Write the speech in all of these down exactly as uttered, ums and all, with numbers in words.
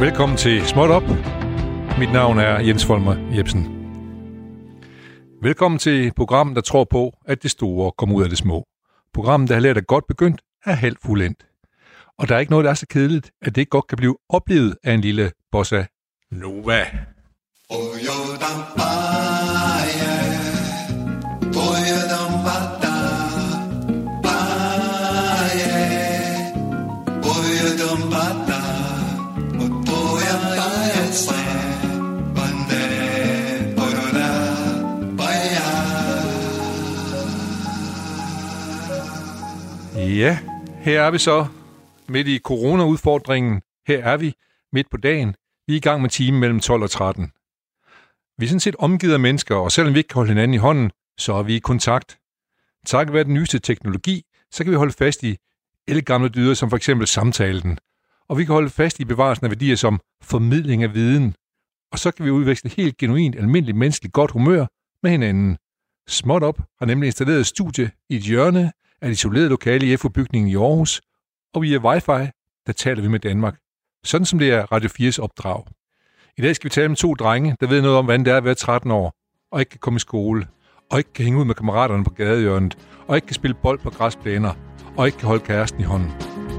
Velkommen til Småt Op. Mit navn er Jens Folmer Jebsen. Velkommen til programmet, der tror på, at det store kommer ud af det små. Programmet, der har lært at godt begyndt, er halvt fuldendt. Og der er ikke noget, der er så kedeligt, at det ikke godt kan blive oplevet af en lille bossa nova. Ja, her er vi så midt i corona-udfordringen. Her er vi midt på dagen. Vi er i gang med timen mellem tolv og tretten. Vi er sådan set omgivet af mennesker, og selvom vi ikke kan holde hinanden i hånden, så er vi i kontakt. Takket være den nyeste teknologi, så kan vi holde fast i ældgamle dyder, som for eksempel samtalen. Og vi kan holde fast i bevarelsen af værdier som formidling af viden. Og så kan vi udveksle helt genuint, almindeligt menneskeligt godt humør med hinanden. Småt Op har nemlig installeret et studie i et hjørne af det isolerede lokale i F O-bygningen i Aarhus, og via Wi-Fi, der taler vi med Danmark. Sådan som det er Radio fires opdrag. I dag skal vi tale med to drenge, der ved noget om, hvordan det er at være tretten år, og ikke kan komme i skole, og ikke kan hænge ud med kammeraterne på gadehjørnet, og ikke kan spille bold på græsplæner, og ikke kan holde kæresten i hånden.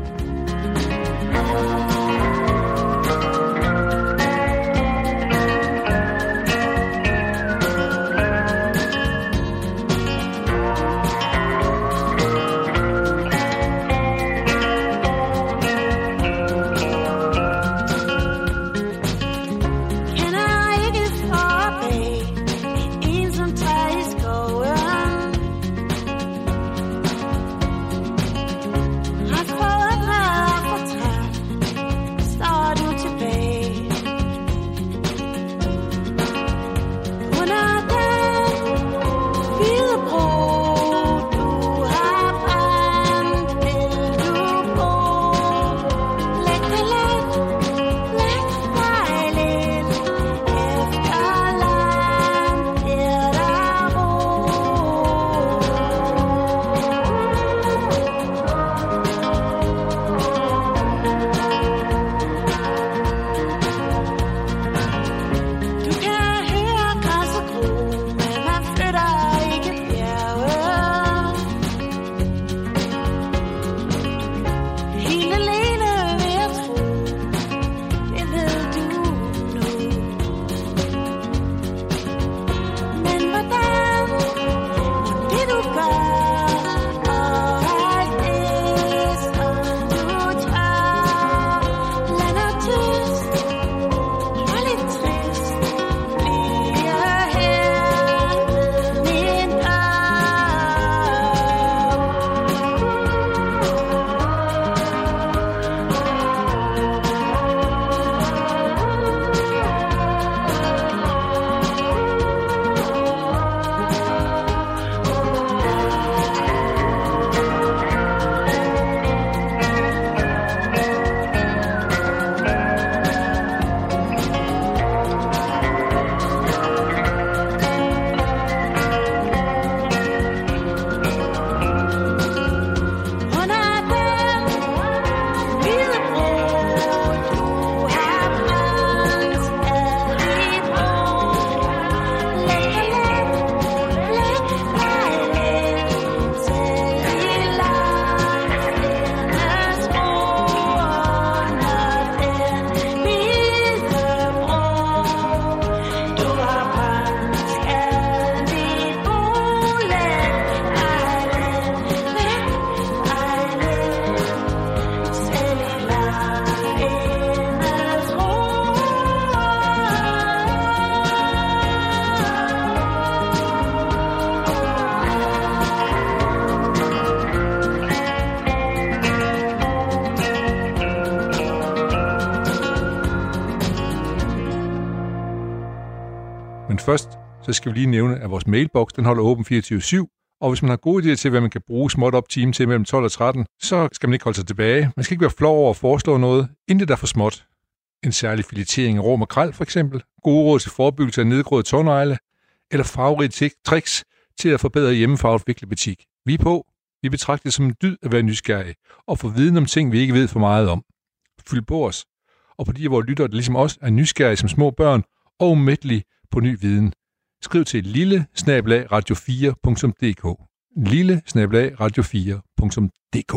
Men først, så skal vi lige nævne, at vores mailbox, den holder åben fireogtyve syv, og hvis man har gode idéer til, hvad man kan bruge Småt Op time til mellem tolv og tretten, så skal man ikke holde sig tilbage. Man skal ikke være flov over at foreslå noget, intet der er for småt. En særlig filetering af rå makrel for eksempel, gode råd til forebyggelse af nedgrået tårnegle, eller farverige tricks til at forbedre hjemmefagligt viklebutik. Vi er på. Vi betragter det som en dyd at være nysgerrig og få viden om ting, vi ikke ved for meget om. Fyld på os. og på de af vores lyttere, der ligesom os er nysgerrige som små børn og umættelige på ny viden. Skriv til lille snabel-a radio fire punktum d k. lille snabel-a radio fire punktum d k.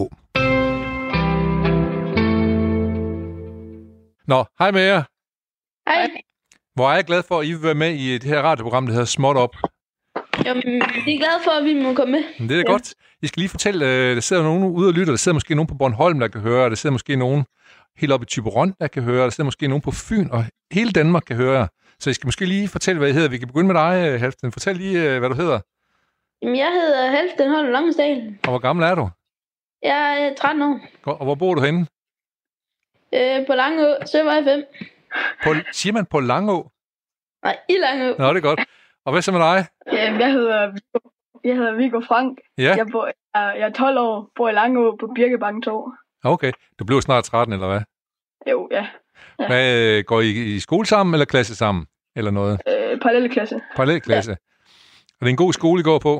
Nå, hej med jer. Hej. Hvor er jeg glad for, at I vil være med i det her radioprogram, der hedder Småt Op. Jamen, vi er glade for, at vi må komme med. Men det er da ja. godt. I skal lige fortælle, der sidder nogen ude og lytter, der sidder måske nogen på Bornholm, der kan høre, der sidder måske nogen helt oppe i Thyborøn, der kan høre, der sidder måske nogen på Fyn, og hele Danmark kan høre. Så I skal måske lige fortælle, hvad I hedder. Vi kan begynde med dig, Halfdan. Fortæl lige, hvad du hedder. Jamen, jeg hedder Halfdan Holm Langensdal. Og hvor gammel er du? Jeg er tretten år. Og hvor bor du henne? Øh, på Langå, Søvej fem. På, siger man på Langå? Nej, i Langå. Nå, det er godt. Og hvad så med dig? Jamen, jeg hedder, jeg hedder Viggo Frank. Ja. Jeg, bor, jeg, jeg er tolv år, bor i Langå på Birkebakken Torv. Okay. Du bliver snart tretten, eller hvad? Jo, ja. ja. Hvad, går I i skole sammen, eller klasse sammen? Eller noget? Øh, parallelklasse. Parallelklasse. Ja. Er det en god skole, I går på?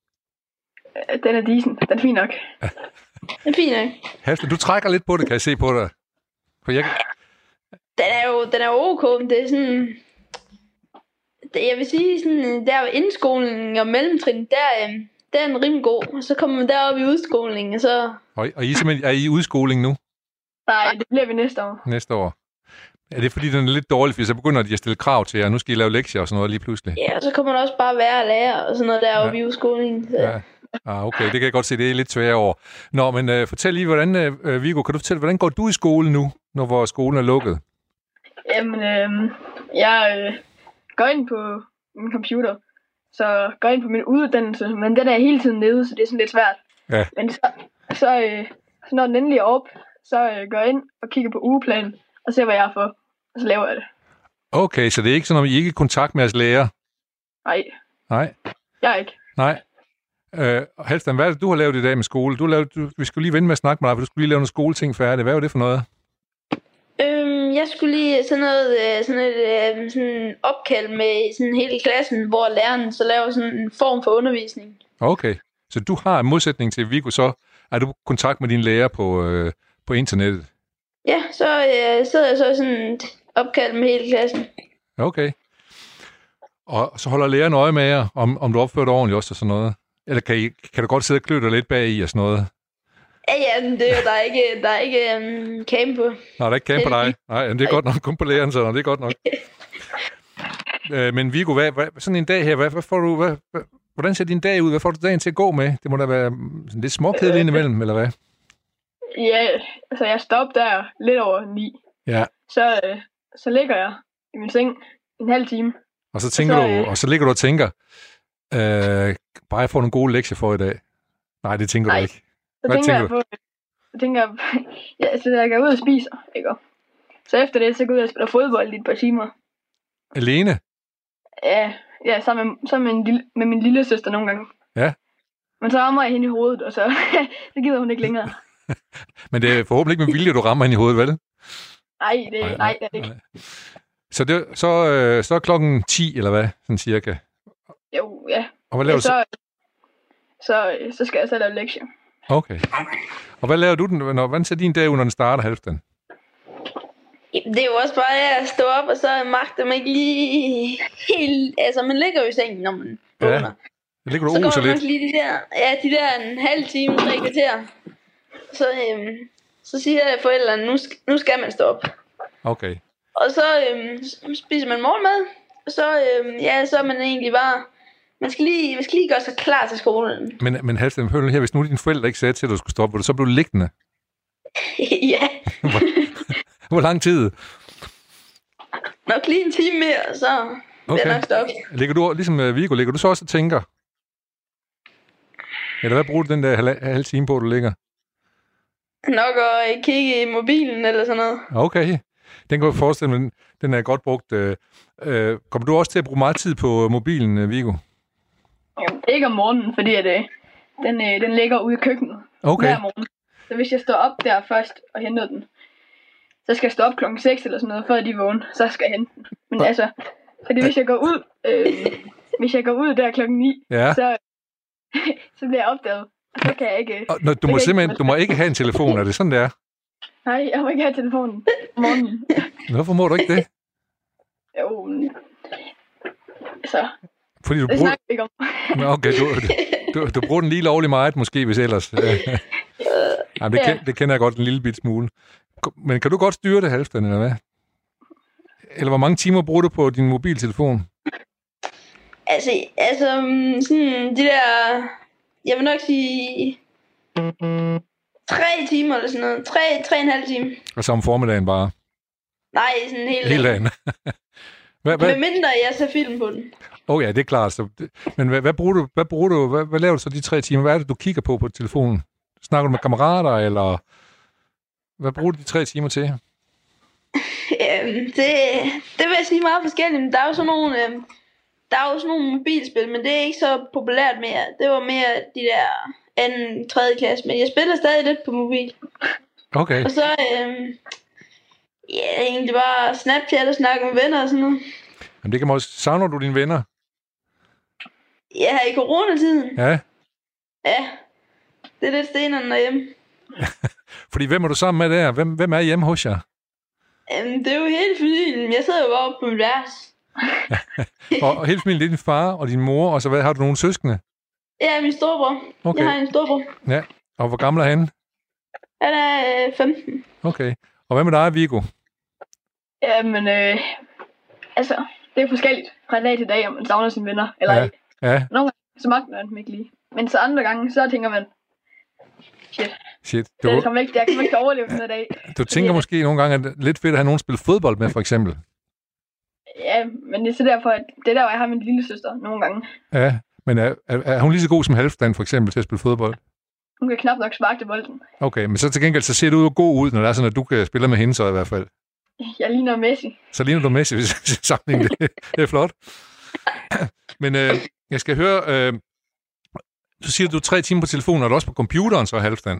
Øh, den er decent. Den er fin nok. Den er fin nok. Halfdan, du trækker lidt på det, kan jeg se på dig. For jeg... Den er jo, den er jo ok. Det er sådan... Det, jeg vil sige, sådan, der indskoling og mellemtrin, der, øh, der er den rimelig god. Og så kommer man derop i udskolingen, og så... Og, og I er, simpelthen, er I i udskoling nu? Nej, det bliver vi næste år. Næste år. Er det fordi, den er lidt dårlig, fordi så begynder de at stille krav til jer? Nu skal I lave lektier og sådan noget lige pludselig. Ja, og så kommer der også bare være og lære og sådan noget deroppe ja. i udskolingen. Så. Ja. Ah, okay, det kan jeg godt se, det er lidt svære år. Nå, men uh, fortæl lige, hvordan, uh, Viggo, kan du fortælle, hvordan går du i skole nu, når vores skolen er lukket? Jamen, øh, jeg øh, går ind på min computer, så går ind på min uddannelse, men den er hele tiden nede, så det er sådan lidt svært. Ja. Men så, så, øh, så når den endelig er op, så øh, går jeg ind og kigger på ugeplanen, og ser, hvad jeg får, og så laver jeg det. Okay, så det er ikke sådan, at I ikke er i kontakt med jeres lærer? Nej. Nej? Jeg er ikke. Nej. Øh, Halfdan, hvad er det, du har lavet i dag med skole? Du lavede, du, vi skulle lige vente med at snakke med dig, for du skulle lige lave nogle skoleting færdigt. Hvad var det for noget? Øhm, jeg skulle lige sådan noget, sådan et sådan opkald med sådan hele klassen, hvor læreren så laver sådan en form for undervisning. Okay, så du har en modsætning til Viggo, så er du i kontakt med din lærer på, øh, på internettet? Ja, så øh, sidder jeg så sådan et opkald med hele klassen. Okay. Og så holder læreren øje med jer, om, om du opfører dig ordentligt også og sådan noget? Eller kan, I, kan du godt sidde og klø dig lidt bag i og sådan noget? Ja, ja, det er jo, der er ikke, der er ikke um, cam på. Nej, der er ikke cam på dig. Nej, det er godt nok kun på læreren, så det er godt nok. øh, men Viggo, hvad, hvad, sådan en dag her, hvad, hvad får du, hvad, hvad, hvordan ser din dag ud? Hvad får du dagen til at gå med? Det må da være sådan lidt småkedeligt indimellem, eller hvad? Ja, altså jeg stopper der lidt over ni. Ja. Så, øh, så ligger jeg i min seng en halv time. Og så tænker og så, du, øh, og så ligger du og tænker, øh, bare jeg får nogle gode lektier for i dag. Nej, det tænker nej. du ikke. Så Hvad tænker, tænker jeg du? på, så tænker jeg, ja, så jeg går ud og spiser, ikke? Så efter det, så går jeg ud og spiller fodbold i et par timer. Alene? Ja, ja sammen, med, sammen med, en lille, med min lille søster nogle gange. Ja. Men så rammer jeg hende i hovedet, og så, så gider hun ikke længere. Men det er forhåbentlig ikke med vilje, du rammer hende i hovedet, vel? Nej, det, nej, nej, det er ikke. Nej. Så, det, så, øh, så er klokken ti, eller hvad? Sådan cirka. Jo, ja. Og hvad laver ja, så, så, så, så skal jeg så lave lektier. Okay. Og hvad laver du den? Når, hvordan ser din dag ud, når den starter, Halfdan? Det er jo også bare at stå op, og så magter man ikke lige helt... Altså, man ligger jo i sengen, når man vågner. Ja, det ligger du så oser går man lidt. lige de der, ja, de der en halv time, tre kvarter. Så, øhm, så siger forældrene, nu, nu skal man stå op. Okay. Og så øhm, spiser man morgenmad, og så, øhm, ja, så er man egentlig bare... Man skal lige, man skal lige gøre sig klar til skolen. Men, men Halfdan, hør nu her, hvis nu dine forældre ikke sagde til, at du skulle stoppe, ville du så blive liggende? Ja. Hvor, hvor lang tid? Nok lige en time mere, så vil okay. jeg nok stoppe. Ligger du, ligesom uh, Viggo, ligger du så også og tænker? Eller hvad bruger du den der halv, halv time på, du ligger? Nok at kigge i mobilen eller sådan noget. Okay. Den kan jeg forestille mig, den er godt brugt. Øh, øh, kommer du også til at bruge meget tid på mobilen, Viggo? Jamen, ikke om morgenen, fordi at, øh, den, øh, den ligger ude i køkkenet okay. hver morgen. Så hvis jeg står op der først og henter den, så skal jeg stå op klokken seks eller sådan noget, før de vågner, så skal jeg hente den. Men Hva? altså, fordi hvis jeg går ud, øh, hvis jeg går ud der klokken ni, ja. så, så bliver jeg opdaget. Og så kan jeg ikke... Og, når, du må simpelthen, du må ikke have en telefon, er det sådan, det er? Nej, jeg må ikke have telefonen om morgenen. Hvorfor må du ikke det? Jo, men... Altså, Fordi du det bruger... snakker vi ikke om. Nå, okay, du, du, du bruger den lige lovlig meget, måske, hvis ellers. Jamen, det, Ja. kend, det kender jeg godt en lille bit smule. Men kan du godt styre det, Halfdan, eller hvad? Eller hvor mange timer bruger du på din mobiltelefon? Altså, altså mm, sådan de der... Jeg vil nok sige... Tre timer eller sådan noget. Tre, tre og en halv time. Og så om formiddagen bare? Nej, sådan helt... Hele dagen. hvad, hvad? Med mindre jeg ser film på den. Okay, det er klart. Så, men hvad, hvad bruger du? Hvad, bruger du hvad, hvad laver du så de tre timer? Hvad er det, du kigger på på telefonen? Snakker du med kammerater, eller hvad bruger du de tre timer til? Øhm, det, det vil jeg sige meget forskelligt. Men der er jo sådan nogle, øhm, der er jo sådan nogle mobilspil, men det er ikke så populært mere. Det var mere de der anden, tredje klasse, men jeg spiller stadig lidt på mobil. Okay. Og så, øhm, ja, egentlig bare Snapchat og snakke med venner og sådan noget. Jamen, det kan man også... Savner du dine venner? Ja, i coronatiden. Ja. Ja, det er lidt stenerne derhjemme. Fordi hvem er du sammen med der? Hvem, hvem er hjemme hos jer? Øhm, det er jo hele familien. Jeg sidder jo bare oppe på mit værelse. og, og hele familien, det er din far og din mor, og så hvad, har du nogle søskende? Ja, min storebror. Okay. Jeg har en storebror. Ja, og hvor gammel er han? Han er øh, femten. Okay. Og hvad med dig, Viggo? Jamen, øh, altså, det er forskelligt fra dag til dag, om man savner sine venner, eller Ja. ikke. Ja, Nogle gange, så magter man dem ikke lige. Men så andre gange, så tænker man, shit, shit. det Du, kommer ikke, jeg kommer ikke overleve den her dag. du tænker Ja. måske nogle gange, at det er lidt fedt at have nogen spille fodbold med, for eksempel. Ja, men det er så derfor, at det er der, hvor jeg har min lille søster nogle gange. Ja, men er, er, er hun lige så god som Halfdan, for eksempel, til at spille fodbold? Hun kan knap nok sparke til bolden. Okay, men så til gengæld, så ser du jo god ud, når det er sådan, at du kan spille med hende så i hvert fald. Jeg ligner Messi. Så ligner du Messi, hvis jeg sammenligner det. Det er flot. Men øh, jeg skal høre, øh, du siger, at du er tre timer på telefonen, og er du også på computeren så, Halfdan?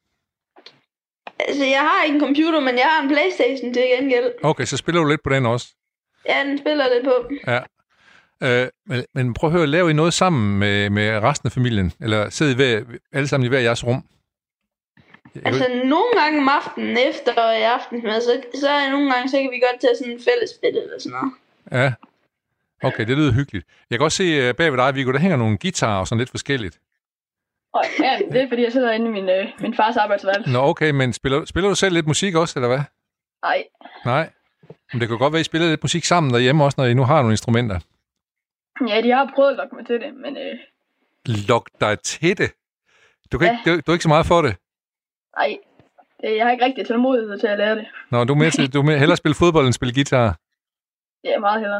Altså, jeg har ikke en computer, men jeg har en Playstation til gengæld. Okay, så spiller du lidt på den også. Ja, den spiller lidt på. Ja. Øh, men, men prøv at høre, laver I noget sammen med, med resten af familien? Eller sidder I hver, alle sammen i hver jeres rum? Jeg Altså, nogle gange om aftenen efter og i aftensmad, så, så er nogle gange, så kan vi godt tage sådan en fælles spil eller sådan noget. Ja. Okay, det lyder hyggeligt. Jeg kan også se uh, bag ved dig, Viggo, der hænger nogle guitarer og sådan lidt forskelligt. Og ja, det er fordi, jeg sidder inde i min, øh, min fars arbejdsværelse. Nå, okay, men spiller, spiller du selv lidt musik også, eller hvad? Nej, Nej. Men det kan godt være, at I spiller lidt musik sammen derhjemme også, når I nu har nogle instrumenter. ja, de har prøvet at lokke mig til det, men øh, Lok dig til det. Du, kan Ja. ikke, du, du er ikke så meget for det. nej, det, jeg har ikke rigtig tålmodighed til at lære det. Nå, du er, med til, du er med, hellere spille fodbold end spille guitar. Ja, meget hellere.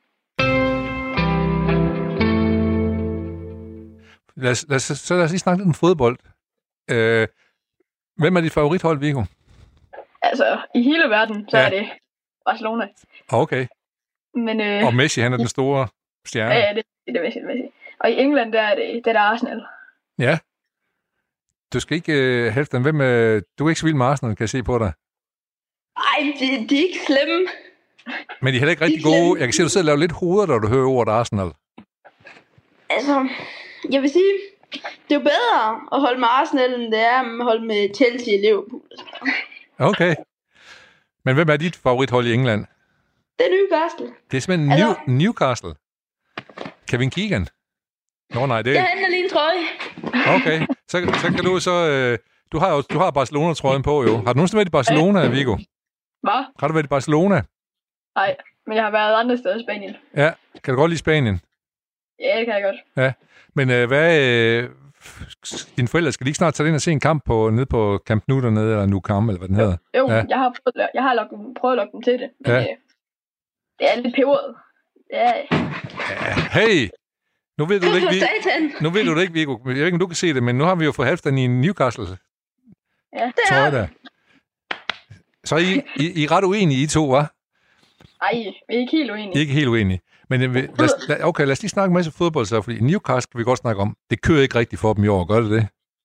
Lad os, lad os, så lad os lige snakke lidt om fodbold. Øh, hvem er dit favorithold, Viggo? Altså, i hele verden, så Ja. ja. er det Barcelona. Okay. Men øh, Og Messi, han er den store stjerne. ja, ja, det, det er Messi, Messi. Og i England, der er det, der er der Arsenal. Ja. Du skal ikke øh, Halfdan, hvem øh, du er ikke så vild med Arsenal, kan jeg se på dig. Ej, de, de er ikke slemme. Men de er heller ikke rigtig gode. Jeg kan se, at du sidder og laver lidt hoveder, når du hører ordet Arsenal. Altså, jeg vil sige, det er jo bedre at holde med Arsenal, end det er at holde med Chelsea og Liverpool. Okay. Men hvem er dit favorithold i England? Det er Newcastle. Det er simpelthen Altså- New, Newcastle. Kevin Keegan. Nå nej, det Jeg er... henter lige en trøje. Okay, så, så kan du så... Øh, du har jo du har Barcelona-trøjen på, jo. Har du nogensinde været i Barcelona, Viggo? Hvad? Har du været i Barcelona? Nej, men jeg har været andre steder i Spanien. Ja. Kan du godt lide Spanien? Ja, det kan jeg godt. Ja. Men øh, hvad... Øh, dine forældre, skal de ikke snart tage ind og se en kamp på, nede på Camp Nou dernede, eller Nou Camp, eller hvad den hedder? Jo, Ja. ja. jeg har, prøvet, jeg har lukket, prøvet at lukke dem til det. Men Ja. ja. øh, det er lidt peberet. Ja, Ja, hey! Nu ved du det ikke, For vi... satan. Nu ved du det ikke, Viggo. Jeg ved ikke, om du kan se det, men nu har vi jo fået Halfdan i en Newcastle. ja. Det Tror er jeg da. Så er I, I, I er ret uenige, I to, hva'? Ej, vi er ikke helt uenige. Ikke helt uenige. Men øh, lad os, lad, okay, lad os lige snakke en masse fodbold så, fordi Newcastle kan vi godt snakke om. Det kører ikke rigtigt for dem i år, gør det det?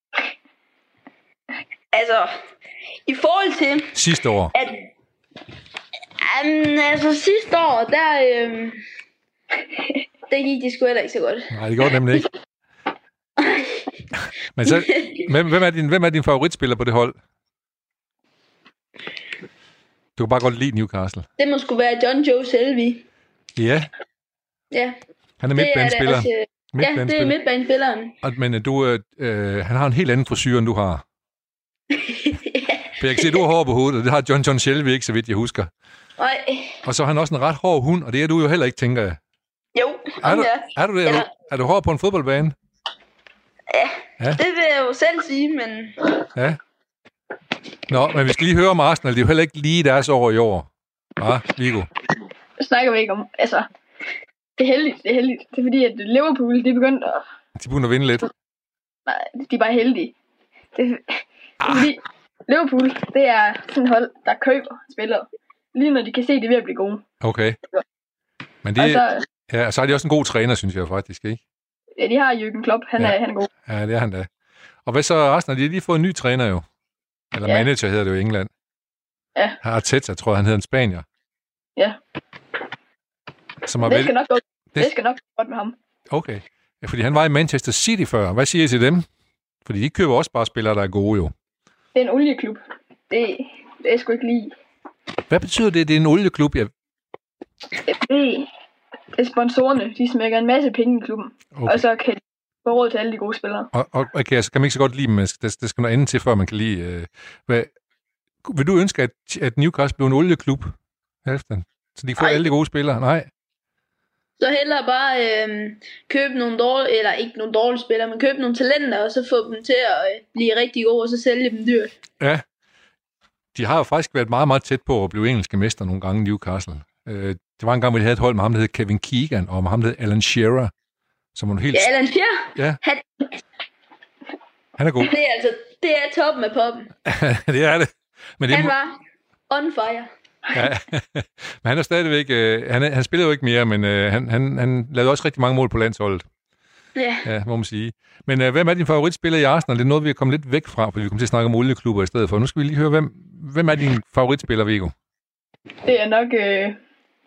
Altså, i forhold til, Sidste år. at... Um, altså, sidste år, der... Øhm, der gik de sgu heller ikke så godt. Nej, det gjorde det nemlig ikke. Men så, hvem, hvem, er din, hvem er din favoritspiller på det hold? Du kan bare godt lide Newcastle. Det må sgu være John Joe Shelby. Ja. Ja. Han er midtbanespiller. Ja, det er midtbanespilleren. Men du, øh, han har en helt anden frisyr, end du har. For jeg kan se, at du har hår på hovedet, og det har John John Shelby ikke, så vidt jeg husker. Nej. Og så har han også en ret hård hund, og det er du jo heller ikke, tænker jeg. Jo, er du, er. er du det? Er, du, er du hård på en fodboldbane? Ja, ja, det vil jeg jo selv sige, men... Ja. Nå, men vi skal lige høre om Arsenal. Det er jo heller ikke lige deres år i år. Ja, Viggo. Det snakker vi ikke om. Altså, det er heldigt, det er heldigt. Det er fordi, at Liverpool, de er begyndt at... De begynder at vinde lidt. Nej, de er bare heldige. Det er, ah. Fordi Liverpool, det er sådan et hold, der køber spillere. Lige når de kan se, at de er ved at blive gode. Okay. Men det, så, ja, så er de også en god træner, synes jeg faktisk, ikke? Ja, de har Jürgen Klopp. Han, ja. er, han er god. Ja, det er han da. Og hvad så Arsenal? De har lige fået en ny træner jo. Eller ja. Manager hedder det jo i England. Ja. Arteta, tror jeg, han hedder en spanier. Ja. Som det, vel... skal nok gå, det... det skal nok gå godt med ham. Okay. Ja, fordi han var i Manchester City før. Hvad siger I til dem? Fordi de køber også bare spillere, der er gode jo. Det er en olieklub. Det, det er sgu ikke lige. Hvad betyder det, det er en olieklub? Ja. Det, det er sponsorerne. De smækker en masse penge i klubben. Okay. Og så kan de få råd til alle de gode spillere. Og, og okay, så kan man ikke så godt lide dem, men det, det skal noget andet til, før man kan lide... Øh, hvad, vil du ønske, at, at Newcastle blev en olieklub? Halvdan? Så de får alle de gode spillere? Nej. Så hellere bare øh, købe nogle dårlige, eller ikke nogle dårlige spillere, men købe nogle talenter, og så få dem til at øh, blive rigtig gode, og så sælge dem dyrt. Ja. De har jo faktisk været meget, meget tæt på at blive engelske mester nogle gange, Newcastle. Øh, det var en gang, hvor de havde et hold med ham, der hed Kevin Keegan, og med ham, der hed Alan Shearer. Som var helt... Ja, Alan Shearer? Ja. Han... han er god. Det er altså, det er toppen af poppen. Det er det. Men det han må... var on fire. Ja, men han er stadigvæk, øh, han, han spiller jo ikke mere, men øh, han, han, han lavede også rigtig mange mål på landsholdet. Ja. Ja, må man sige. Men øh, hvem er din favoritspiller i Arsenal? Det er noget, vi er kommet lidt væk fra, fordi vi kommer til at snakke om olieklubber i stedet for. Nu skal vi lige høre, hvem, hvem er din favoritspiller, Viggo? Det er nok øh,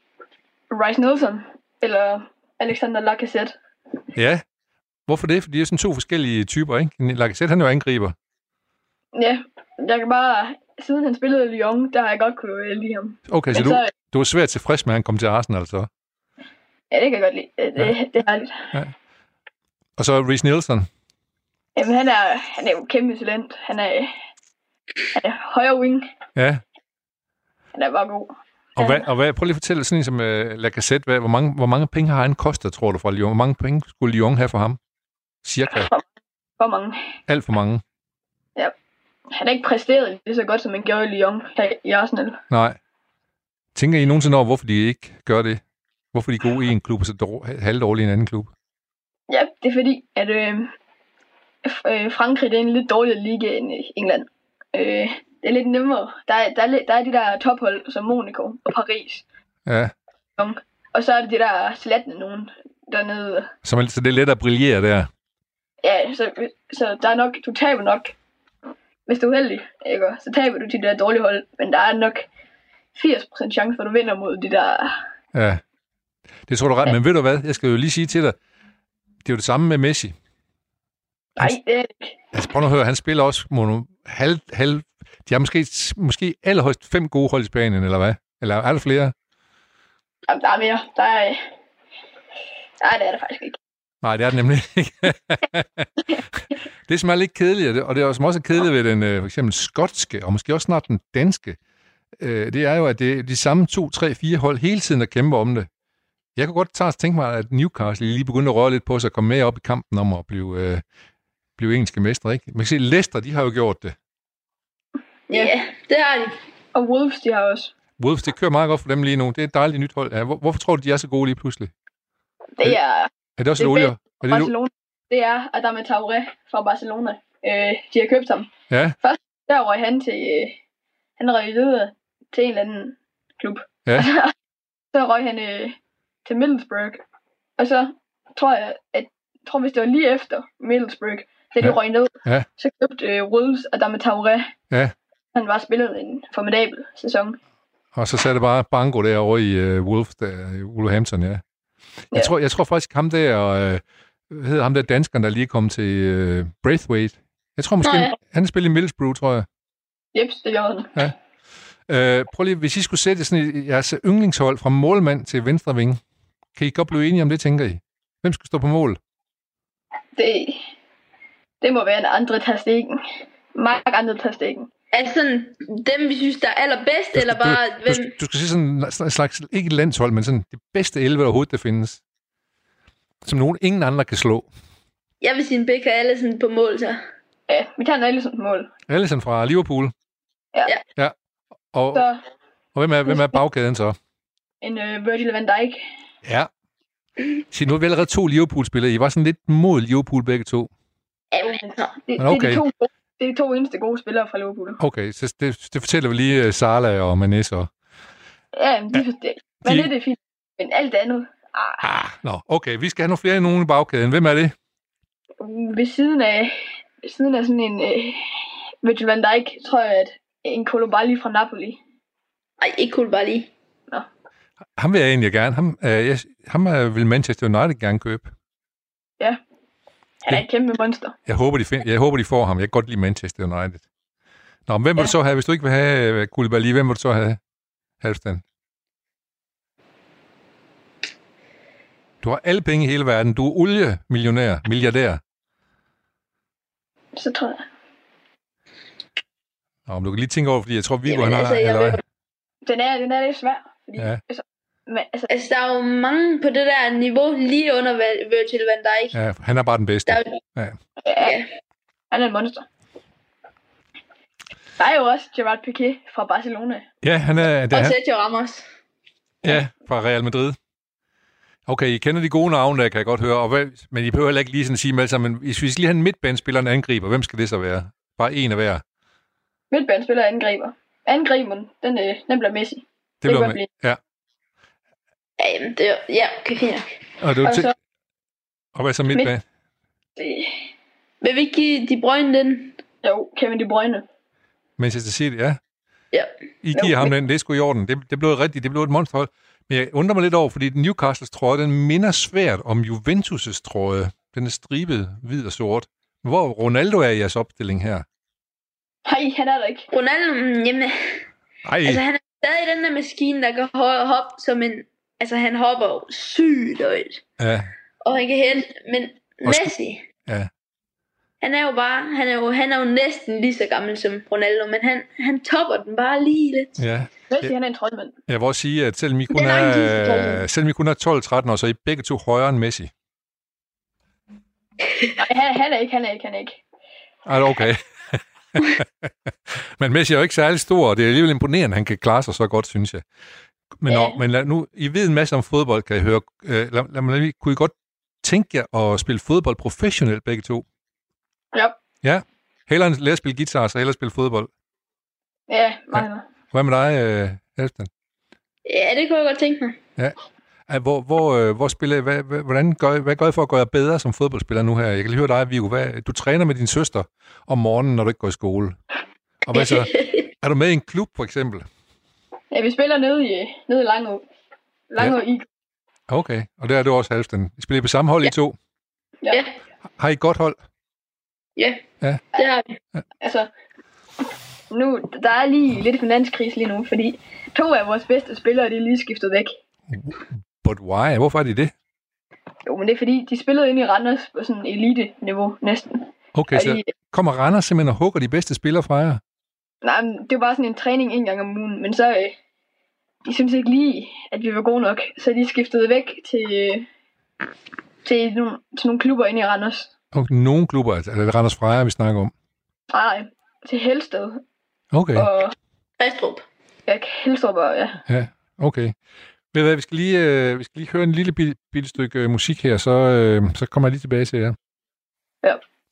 Reiss Nelson, eller Alexander Lacazette. Ja, hvorfor det? Fordi det er sådan to forskellige typer, ikke? Lacazette, han er jo angriber. Ja, jeg kan bare... Siden han spillede i Lyon, der har jeg godt kunne lide ham. Okay, så, så du, du er svært tilfreds med, at han kom til Arsenal, så? Ja, det kan jeg godt lide. Det, ja. det, det er herligt. Ja. Og så Reiss Nelson? Jamen, han er, han er jo kæmpe talent. Han er, han er højre wing. Ja. Han er bare god. Og, hvad, og hvad, prøv lige at fortælle sådan en som uh, Lacazette. Hvad, hvor, mange, hvor mange penge har han kostet, tror du, fra Lyon? Hvor mange penge skulle Lyon have for ham? Cirka? For, for mange. Alt for mange? Ja. Han har ikke præsteret lige så godt, som han gjorde i Lyon her i Arsenal. Nej. Tænker I nogensinde over, hvorfor de ikke gør det? Hvorfor de er gode i en klub, og så dår, halvdårlige i en anden klub? Ja, det er fordi, at øh, øh, Frankrig det er en lidt dårligere liga end England. Øh, det er lidt nemmere. Der er, der, er, der er de der tophold, som Monaco og Paris. Ja. Og så er det de der slattende nogen dernede. Så, man, så det er let at brillere der? Ja, så, så der er nok, du taber nok. Hvis du er heldig, ikke? Så taber du til de der dårlige hold. Men der er nok firs procent chance for, at du vinder mod de der... Ja, det tror du ret. Ja. Men ved du hvad? Jeg skal jo lige sige til dig, det er jo det samme med Messi. Nej, det er ikke. Altså prøv at høre, han spiller også mono, halv, halv... De har måske, måske allerhøjst fem gode hold i Spanien, eller hvad? Eller er der flere? Jamen, der er mere. Der er... Nej, det er der faktisk ikke. Nej, det er det nemlig ikke. Det er simpelthen lidt kedeligt, og det er også, også kedeligt ved den for eksempel skotske, og måske også snart den danske. Det er jo, at det er de samme to, tre, fire hold hele tiden, der kæmper om det. Jeg kunne godt tage tænke mig, at Newcastle lige begyndte at røre lidt på sig og komme med op i kampen om at blive, øh, blive engelske mestre, ikke? Man kan se, Leicester, de har jo gjort det. Ja, det har de. Og Wolves, de har også. Wolves, det kører meget godt for dem lige nu. Det er et dejligt nyt hold. Ja, hvor, hvorfor tror du, de er så gode lige pludselig? Det er... Er det også det olie? Det, Barcelona. Det er Adama Traoré fra Barcelona. Øh, de har købt ham. Ja. Først der røg han til... Øh, han røg videre til en eller anden klub. Ja. Så røg han øh, til Middlesbrough. Og så tror jeg, at tror hvis det var lige efter Middlesbrough, så de ja. røg ned. Ja. Så købte øh, Wolves Adama Traoré. Ja. Han var spillet en formidabel sæson. Og så satte bare banko derovre i uh, Wolves, der, i Wolverhampton, ja. Jeg, ja. tror, jeg tror faktisk, ham der, øh, hvad hedder ham der danskeren, der lige kom til øh, Braithwaite. Jeg tror måske, Nå, ja. han spiller i Middlesbrough, tror jeg. Jeps, det gjorde han. Ja. Øh, prøv lige, hvis I skulle sætte sådan et, jeres yndlingshold fra målmand til venstre vinge, kan I godt blive enige om det, tænker I? Hvem skal stå på mål? Det, det må være en andre Ter Stegen. Mange andre Ter Stegen. Altså sådan, dem vi synes, der er allerbedst, Du, eller du, bare du, hvem... du, du skal sige sådan en slags, ikke et landshold, men sådan det bedste elleve, der overhovedet der findes. Som nogen ingen andre kan slå. Jeg vil sige en Becca Allison på mål, så. Ja, vi tager en Allison på mål. Allison fra Liverpool. Ja. Ja. Og, Så og hvem, er, hvem er bagkæden så? en uh, Virgil van Dijk. Ja. Så nu er vi allerede to Liverpool-spillere. I var sådan lidt mod Liverpool begge to. Jamen, altså. Det, Men det, okay. er de to, det er de to eneste gode spillere fra Liverpool. Okay, så det, det fortæller vi lige uh, Salah og Mané så. Ja, men de, det, men de- det er fint. Men alt andet, ah, Ah, nå, okay. Vi skal have nogle flere end nogen i bagkæden. Hvem er det? ved siden af, ved siden af sådan en uh, Virgil van Dijk, tror jeg, at en Koulibaly fra Napoli. Ej, ikke cool bare lige. Ham vil jeg egentlig gerne. Ham, øh, jeg, ham øh, vil Manchester United gerne købe. Han er et kæmpe monster. Jeg håber, de, find, jeg håber, de får ham. Jeg kan godt lide Manchester United. Nå, men hvem vil Ja. du så have, hvis du ikke vil have uh, Koulibaly? Hvem vil du så have, Halvstand? Du har alle penge i hele verden. Du er oliemillionær, milliardær. Så tror jeg. Nå, men du kan lige tænke over, fordi jeg tror, Viggo Jamen, han har... altså, jeg eller vil- hvad? Den er, den er lidt svær. Fordi, Ja. altså, men, altså, Altså, der er jo mange på det der niveau lige under Val- Virgil van Dijk. Ja, han er bare den bedste. Der er jo, Ja. ja, ja. han er en monster. Der er jo også Gerard Piqué fra Barcelona. Ja, han er... Det er Og han, Sergio Ramos. ja, fra Real Madrid. Okay, I kender de gode navne, der kan jeg godt høre. Og hvad, men I behøver heller ikke lige sådan at sige dem alle sammen. Men hvis vi skal lige have en midtbanespiller og en angriber, hvem skal det så være? Bare en af hver. Midtbanespiller og angriber. Angriberen, den, øh, den bliver Messi. Det kan bliver godt med. blive. Ja. Ja, jamen, det er jo- ja, okay, fint nok. Og, det var Og til, så, og hvad så midtbane? øh, Vil vi ikke give De Bruyne den? jo, Kevin De Bruyne. Manchester City, ja. Ja. I giver Jo, ham men- den, det er sgu i orden. Det, det blev rigtigt, det blev et monsterhold. Men jeg undrer mig lidt over, fordi Newcastles trøje, den minder svært om Juventus' trøje. Den er stribet, hvid og sort. Hvor Ronaldo er i jeres opstilling her? Nej, han er der ikke. Ronaldo, mm, jamen, Ej, altså han er stadig den der maskine, der kan ho- hoppe som en... Altså han hopper jo sygt højt. ja, Og han kan hente... Men Og sku- Messi, ja. han er jo bare... Han er jo, han er jo næsten lige så gammel som Ronaldo, men han, han topper den bare lige lidt. ja. Messi, han er en troldmand. Jeg vil også sige, at selvom I kun Den er en lille er, troldmand. selvom I kun er tolv tretten år, så er I begge to højere end Messi. Nej, han, han er ikke, han er ikke, han er ikke. Er det okay? Men Messi er jo ikke særlig stor, og det er alligevel imponerende, at han kan klare sig så godt, synes jeg. Men, Ja. ja. nå, men lad, nu, I ved en masse om fodbold, kan jeg høre. Øh, lad, lad mig lige, kunne I godt tænke jer at spille fodbold professionelt begge to? Ja, Ja. Hellere end lære at spille guitar, så hellere spille fodbold. ja, meget. Hvad med dig, øh, Halvstand? Ja, det kunne jeg godt tænke mig. Ja, hvor, hvor, øh, hvor spiller, hvad, hvad, hvordan gør, hvad gør I for at gøre jer bedre som fodboldspiller nu her? Jeg kan lige høre dig, Viggo. Hvad, du træner med din søster om morgenen, når du ikke går i skole. Og hvad så? Er du med i en klub, for eksempel? Ja, vi spiller nede i, nede i Langå. Langå ja. I. Okay, og der er du også Halvstand. I spiller I på samme hold, ja. I to? Ja. Ja. Har I et godt hold? Ja, Ja. det har vi. Altså, nu, der er lige lidt finanskrise lige nu, fordi to af vores bedste spillere, de er lige skiftet væk. But why? Hvorfor er de det? Jo, men det er fordi, de spillede ind i Randers på sådan elite-niveau næsten. Okay, Og så de, kommer Randers simpelthen og hugger de bedste spillere fra jer? nej, men det var bare sådan en træning en gang om ugen, men så, øh, de synes ikke lige, at vi var gode nok, så de skiftede væk til, øh, til, nogle, til nogle klubber inde i Randers. Okay, nogle klubber, altså er det Randers Freja, vi snakker om? Nej, til Helsted Okay, og Restrup. ja, Helstrup og ja. ja, okay. Ved du hvad, vi skal lige, øh, vi skal lige høre en lille bitte, bitte stykke øh, musik her, så, øh, så kommer jeg lige tilbage til jer. Ja.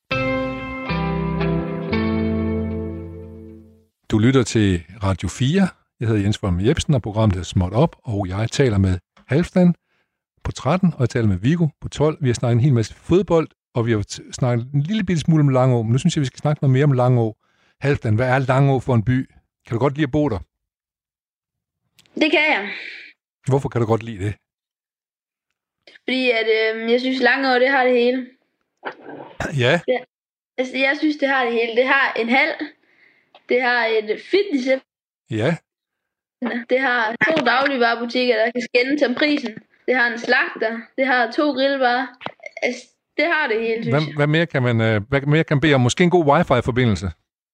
Du lytter til Radio fire. Jeg hedder Jens Folm Jebsen, og programmet hedder Småt Op, og jeg taler med Halvstand på tretten, og jeg taler med Viggo på tolv. Vi har snakket en hel masse fodbold, og vi har t- snakket en lille bitte smule om Langå, men nu synes jeg, vi skal snakke noget mere om Langå. Halvstand, hvad er Langå for en by? Kan du godt lide at bo der? Det kan jeg. Hvorfor kan du godt lide det? Fordi at, øh, jeg synes, Langå, det har det hele. Ja, Altså, jeg synes, det har det hele. Det har en hal. Det har et fitness. ja. Det har to dagligvarebutikker, der kan skændes om prisen. Det har en slagter. Det har to grillvarer. Altså, det har det hele, synes hvad, hvad mere kan man øh, hvad mere kan man bede om? Måske en god wifi-forbindelse?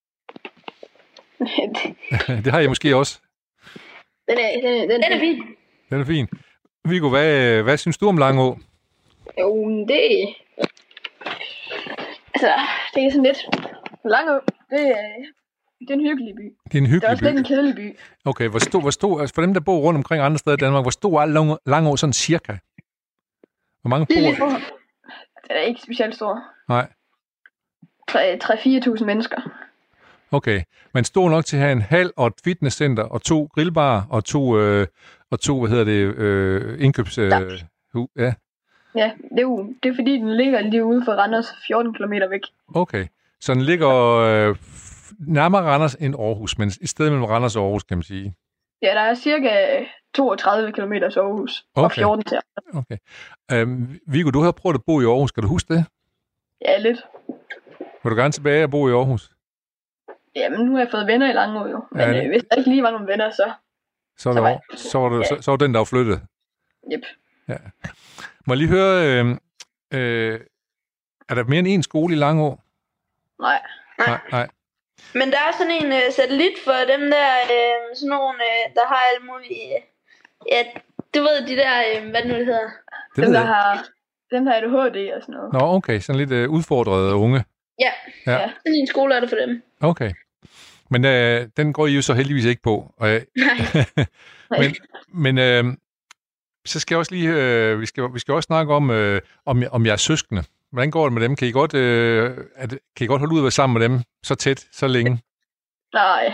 Det har jeg måske også. Den er, den, er, den, Den er fin. Den er fin. Viggo, hvad, hvad synes du om Langå? Jo, det... Altså, det er sådan lidt... Langå, det er... Det er en hyggelig by. Det er en Det er hyggelig også lidt en by. kedelig by. Okay, hvor stor, hvor stor, altså for dem, der bor rundt omkring andre steder i Danmark, hvor stor er Langå, Langå sådan cirka? Hvor mange Det er bor? lidt- Den er ikke specielt stor. Nej, tre til fire tusind mennesker. okay. Men stor nok til at have en hal og et fitnesscenter og to grillbarer og to, øh, og to hvad hedder det, øh, indkøbs... Øh, hu, ja, Ja, det er jo det er fordi, den ligger lige ude for Randers, fjorten kilometer væk. okay. Så den ligger øh, nærmere Randers end Aarhus, men et sted mellem Randers og Aarhus, kan man sige. Ja, der er cirka toogtredive kilometer til Aarhus, og Okay. fjorten til. Okay. Øhm, Viggo, du har prøvet at bo i Aarhus. Kan du huske det? Ja, lidt. Vil du gerne tilbage og bo i Aarhus? Jamen, nu har jeg fået venner i Langå jo. Men Ja, ja, det- øh, hvis der ikke lige var nogle venner, så... Så var, Så det, var- Aar- så var, det, ja. så, så var den, der var flyttet. Yep. Må jeg lige høre, øh, øh, er der mere end en skole i Langå? Nej. Nej, nej. Men der er sådan en uh, satellit for dem der, uh, sådan nogle, uh, der har alle mulige... Uh, ja, du ved, de der, uh, hvad det nu det hedder. Det Dem, ved der jeg. har, dem, der har A D H D og sådan noget. Nå, okay. Sådan lidt øh, udfordrede unge. Ja, Ja. ja. Sådan en skole er det for dem. Okay. Men øh, den går I jo så heldigvis ikke på. Og, øh, Nej. men men øh, så skal jeg også lige... Øh, vi, skal, vi skal også snakke om, øh, om, om jeres søskende. Hvordan går det med dem? Kan I godt, øh, er det, kan I godt holde ud at være sammen med dem så tæt, så længe? Nej.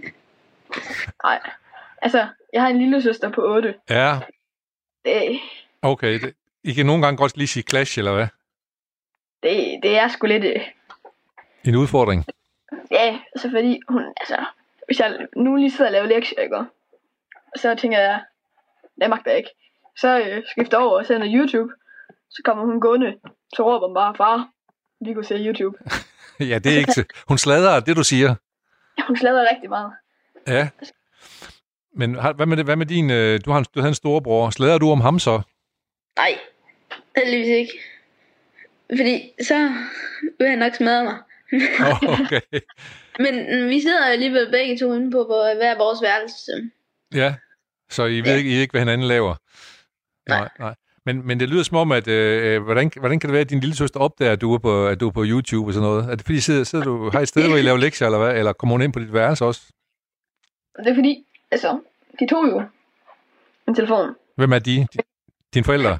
Nej. Altså, jeg har en lille søster på otte. Ja, Det, okay. Det, I kan nogle gange godt lige sige clash, eller hvad? det, det er sgu lidt... øh, En udfordring. Ja, altså fordi hun... Altså, hvis jeg nu lige sidder og laver lektier, ikke? Og så tænker jeg, det magter jeg ikke. Så øh, skifter over og sender YouTube. Så kommer hun gående, så råber hun bare, far, vi kunne se YouTube. Ja, det er ikke så... Hun slader, det du siger. Ja, hun slader rigtig meget. Ja. Men har- hvad med, det, hvad med din... øh, Du har en, du havde en storebror. Slader du om ham så? Nej, heldigvis ikke. Fordi så vil han nok smadre mig. Oh, okay. Men vi sidder alligevel begge to inde på hver hver vores værelse. Ja. Så I ved Ja. ikke, I ved ikke, hvad hinanden laver? Nej. Nej, nej. Men, men det lyder som om, at øh, hvordan, hvordan kan det være, at din lille søster opdager, at du er på, at du er på YouTube og sådan noget? Er det fordi, sidder, sidder du har et sted, hvor I laver lektier, eller hvad? Eller kommer hun ind på dit værelse også? Og det er fordi, altså, de tog jo min telefon. Hvem er de? de dine forældre?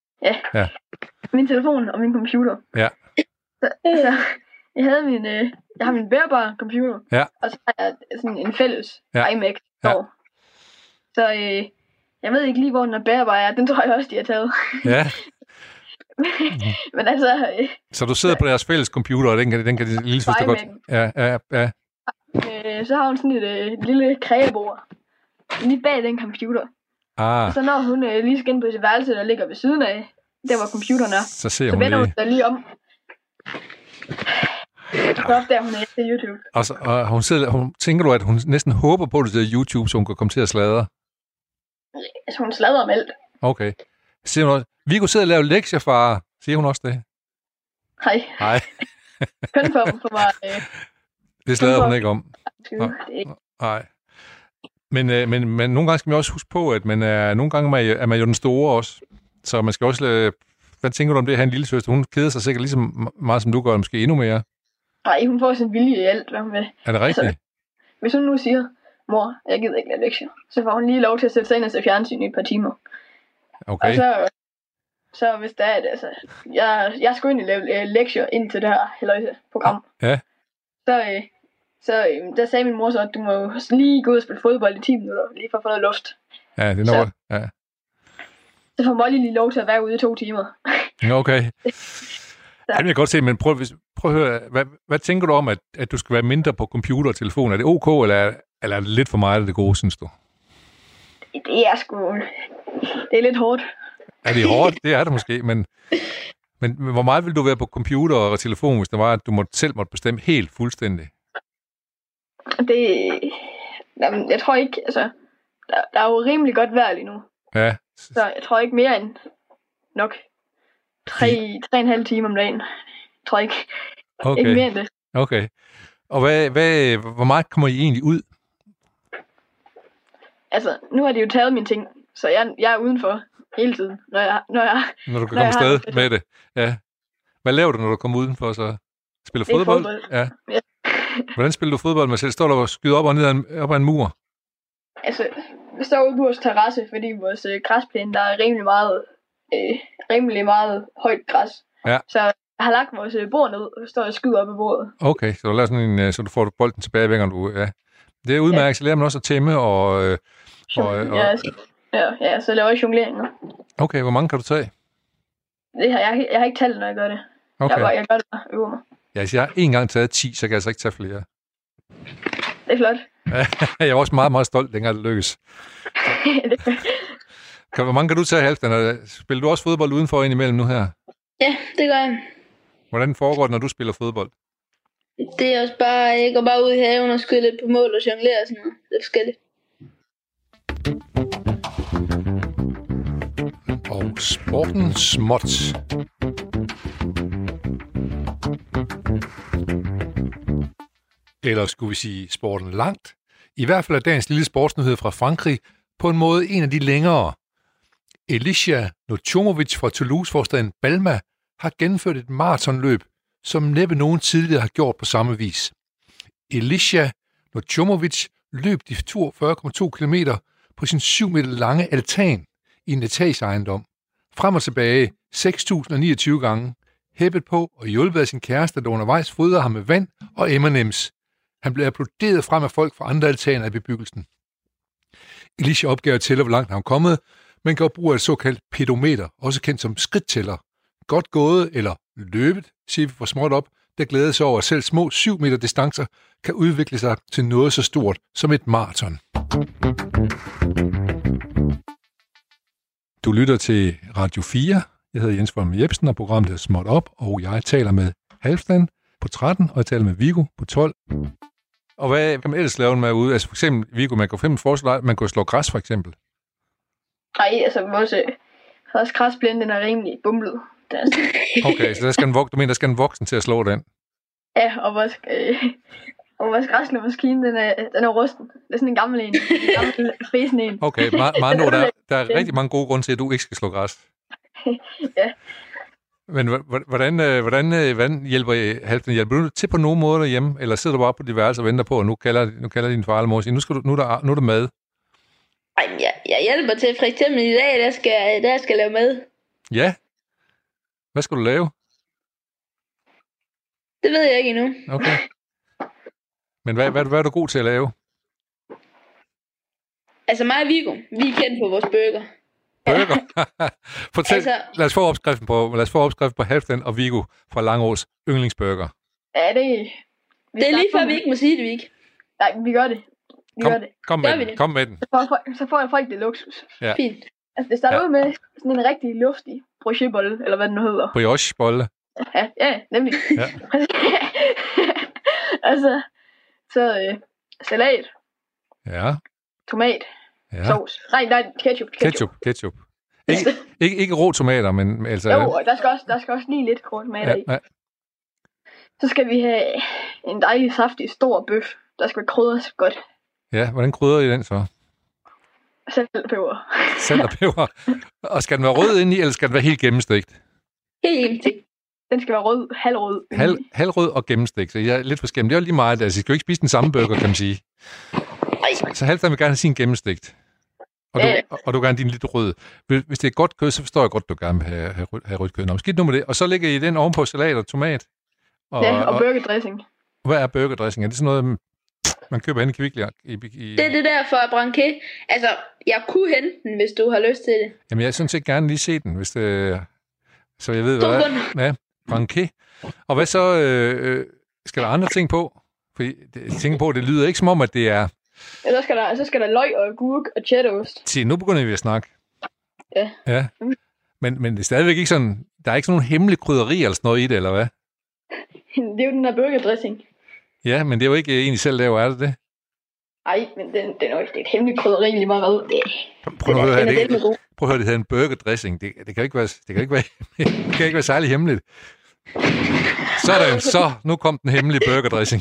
Min telefon og min computer. Ja. Så, altså, jeg havde min, øh, jeg har min bærbare computer. Ja. Og så har jeg sådan en fælles Ja. ja. iMac. Ja. Ja. Så øh, jeg ved ikke lige, hvor den er bærbar er. Den tror jeg også, de har taget. Ja. Men altså, øh, Så du sidder på deres fælles computer, og den kan, den kan din lille søster godt... iMac'en. Ja, ja, ja. øh, så har hun sådan et øh, lille krægebord. Lige bag den computer. Ah, Og så når hun øh, lige skal ind på sit værelse, der ligger ved siden af, der hvor computeren er, så ser så hun vender hun lige. sig lige om. Så opdager hun efter YouTube. Og, så, og hun sidder, hun, tænker du, at hun næsten håber på, at du ser YouTube, så hun kan komme til at sladre? Altså, hun sladrer om alt. Okay. Siger hun også, vi kunne sidde og lave lektier, far. Siger hun også det? Hej. Nej, Kun for, for mig. Øh, det slader hun ikke om. skyde. Det er ikke. Nej. Men, øh, men, men nogle gange skal man også huske på, at man er, nogle gange er man, er man jo den store også. Så man skal også... Øh, hvad tænker du om det at have en lille søster? Hun keder sig sikkert lige så meget, som du gør, måske endnu mere. Nej, hun får sin vilje i alt, hvad hun vil. Er det rigtigt? Altså, hvis hun nu siger, mor, jeg gider ikke lave lektier, så får hun lige lov til at sætte sig ind og se fjernsyn i et par timer. Okay. Og så, så hvis der er det, altså, jeg, jeg skulle egentlig lave øh, lektier ind til det her halløjse program. Ja. Så, øh, så øh, der sagde min mor så, at du må jo lige gå ud og spille fodbold i ti minutter, lige for at få noget luft. Ja, det er Så- nok. Ja. Så får Molly lige lov til at være ude i to timer. Okay. Det kan jeg godt se, men prøv, hvis- prøv at høre, hvad, hvad tænker du om, at, at du skal være mindre på computer og telefon? Er det ok, eller, er- eller er det lidt for meget det gode, synes du? Det er sgu... Det er lidt hårdt. Er det hårdt? Det er det måske, men, men, men hvor meget vil du være på computer og telefon, hvis det var, at du måtte, selv måtte bestemme helt fuldstændig? Det... Jamen, jeg tror ikke, altså... der, der er jo rimelig godt vejr lige nu. Ja. Så jeg tror ikke mere end nok tre, tre og en halv time om dagen. Jeg tror ikke, Okay. ikke mere end det. Okay. Og hvad, hvad, hvor meget kommer I egentlig ud? Altså, nu har de jo taget mine ting, så jeg, jeg er udenfor hele tiden, når jeg, når jeg, Når du kan når komme jeg har afsted med det. Ja. Hvad laver du, når du kommer udenfor så? Spiller Det er fodbold? fodbold. Ja. Ja. Hvordan spiller du fodbold med selv? Står du og skyder op og ned ad en, op ad en mur? Altså, vi står ude på vores terrasse, fordi vores øh, græsplæne, der er rimelig meget, øh, rimelig meget højt græs. Ja. Så jeg har lagt vores øh, bord ned, og står og skyder op i bordet. Okay, så du laver sådan en, øh, så du får bolden tilbage, hver gang du... Ja. Det er udmærket, ja. Så lærer man også at tæmme og... Øh, og, og ja, så, ja, ja, så laver jeg jongleringer. okay, hvor mange kan du tage? Det har jeg, jeg har ikke talt, når jeg gør det. Okay. Jeg, bare, jeg gør det og øver mig. Ja, hvis jeg har en gang taget ti, så kan jeg altså ikke tage flere. Det er flot. Jeg var også meget, meget stolt, dengang det lykkes. Kan, hvor mange kan du tage i Halfdan? Spiller du også fodbold udenfor indimellem nu her? Ja, det gør jeg. Hvordan foregår det, når du spiller fodbold? Det er også bare, jeg går bare ud i haven og skyder lidt på mål og jonglerer og sådan noget. Det er forskelligt. Og sporten småt. Eller skulle vi sige sporten langt? I hvert fald er dagens lille sportsnyhed fra Frankrig på en måde en af de længere. Elisha Nochomovic fra Toulouse-forstaden Balma har gennemført et maratonløb, som næppe nogen tidligere har gjort på samme vis. Elisha Nochomovic løb de toogfyrre komma to kilometer på sin syv meter lange altan i en etageejendom. Frem og tilbage seks tusind niogtyve gange, hæppet på og hjulpet af sin kæreste, der undervejs fodrede ham med vand og M and M's. Han blev applauderet frem af folk fra andre altaner i bebyggelsen. Elisha opgav at tælle, hvor langt han var kommet, men gjorde brug af et såkaldt pedometer, også kendt som skridttæller. Godt gået eller løbet, siger vi for småt op, der glæder sig over, at selv små syv meter distancer kan udvikle sig til noget så stort som et maraton. Du lytter til Radio fire. Jeg hedder Jens Folm Jebsen, og programmet er Småt Op, og jeg taler med Halfdan på tretten, og jeg taler med Viggo på tolv. Og hvad kan man ellers lave med ude? Altså for eksempel, Viggo, man kan fem forslag, man kan slå græs for eksempel. Nej, altså vores, vores græsplæne, den er rimelig bumlet. Den er sådan... Okay, så der skal en vok- du mener, der skal en voksen til at slå den? Ja, og vores, øh, og vores græsslåmaskine, den er, den er rusten. Det er sådan en gammel en. En gammel fesen en. Okay, meget, meget nu, der, der er rigtig mange gode grunde til, at du ikke skal slå græs. Ja. Men hvordan, hvordan, hvordan hjælper Halfdan? Hjælper du til på nogen måde derhjemme, eller sidder du bare på dit værelse og venter på, og nu kalder, nu kalder din far eller mor og siger, nu, skal du, nu, er der, nu er der mad? Ej, jeg, jeg hjælper til. For eksempel i dag, der skal, der skal lave mad. Ja. Hvad skal du lave? Det ved jeg ikke endnu. Okay. Men hvad, hvad, hvad er du god til at lave? Altså mig og Viggo, vi er kendt på vores burger. Burger? Fortæl, altså, Altså- lad os få opskriften på, lad os få opskriften på Halfdan og Viggo fra Langås yndlingsburger. Ja, det... Vi Det er lige starter før, med- vi ikke må sige det, vi ikke. Nej, vi gør det. Vi Kom, gør det. kom med Gør vi den, det? kom med den. Så får, folk- så får jeg folk det luksus. Ja. Fint. Altså, det starter Ja. ud med sådan en rigtig luftig brochebolle, eller hvad den nu hedder. Brioche-bolle. Ja, ja, nemlig. Ja. altså, så øh, salat, Ja. tomat, Ja. sovs. Nej, nej, ketchup. Ketchup, ketchup. Ikke, ikke, ikke rå tomater, men altså... Jo, og der skal også, der skal også lige lidt grå tomater ja, i. ja. Så skal vi have en dejlig, saftig, stor bøf. Der skal krydres godt. ja, hvordan krydder I den så? Salt og peber. Salt og peber. Og skal den være rød indeni, eller skal den være helt gennemstegt? Helt enkelt. Den skal være rød, halvrød. Halv, halvrød og gennemstegt, så jeg er lidt for skæmt. Det er jo lige meget, altså I skal jo ikke spise den samme burger, kan man sige. Så, så Halfdan vil gerne have sin gennemstegt. Og du, Ja. og, og du vil gerne din lidt rød. Hvis hvis det er godt kød, så forstår jeg godt, at du gerne vil have, have, rød- have rødt kød. Nå, skidt nu med det. Og så lægger I den ovenpå salat og tomat. Og, Ja, og burgerdressing. og hvad er burgerdressing? Er det sådan noget, man køber hen i Kvickly? I, i, Det er det der for branquet. Altså, jeg kunne hente den, hvis du har lyst til det. Jamen, jeg synes ikke gerne lige se den, hvis det... Så jeg ved, To hvad... sekunder. Ja, branquet. Og hvad så... Øh, øh, skal der andre ting på? Fordi det, jeg tænker på, det lyder ikke som om, at det er... Ja, så skal der, så skal der løg og agurk og cheddarost. Se, nu begynder vi at snakke. Ja. Ja. Men, men det er stadigvæk ikke sådan... Der er ikke sådan nogen hemmelig krydderi eller sådan noget i det, eller hvad? Det er jo den der burgerdressing. Ja, men det er jo ikke en, I selv laver, er det det? Ej, men den, den er jo det er et hemmeligt krydderi lige meget hvad. Det, Prøv at den, høre, er- den er det, dælme god. prøv at høre, det hedder en burgerdressing. Det, det kan ikke være, det kan ikke være, det kan ikke være særlig hemmeligt. Sådan, så nu kom den hemmelige burgerdressing.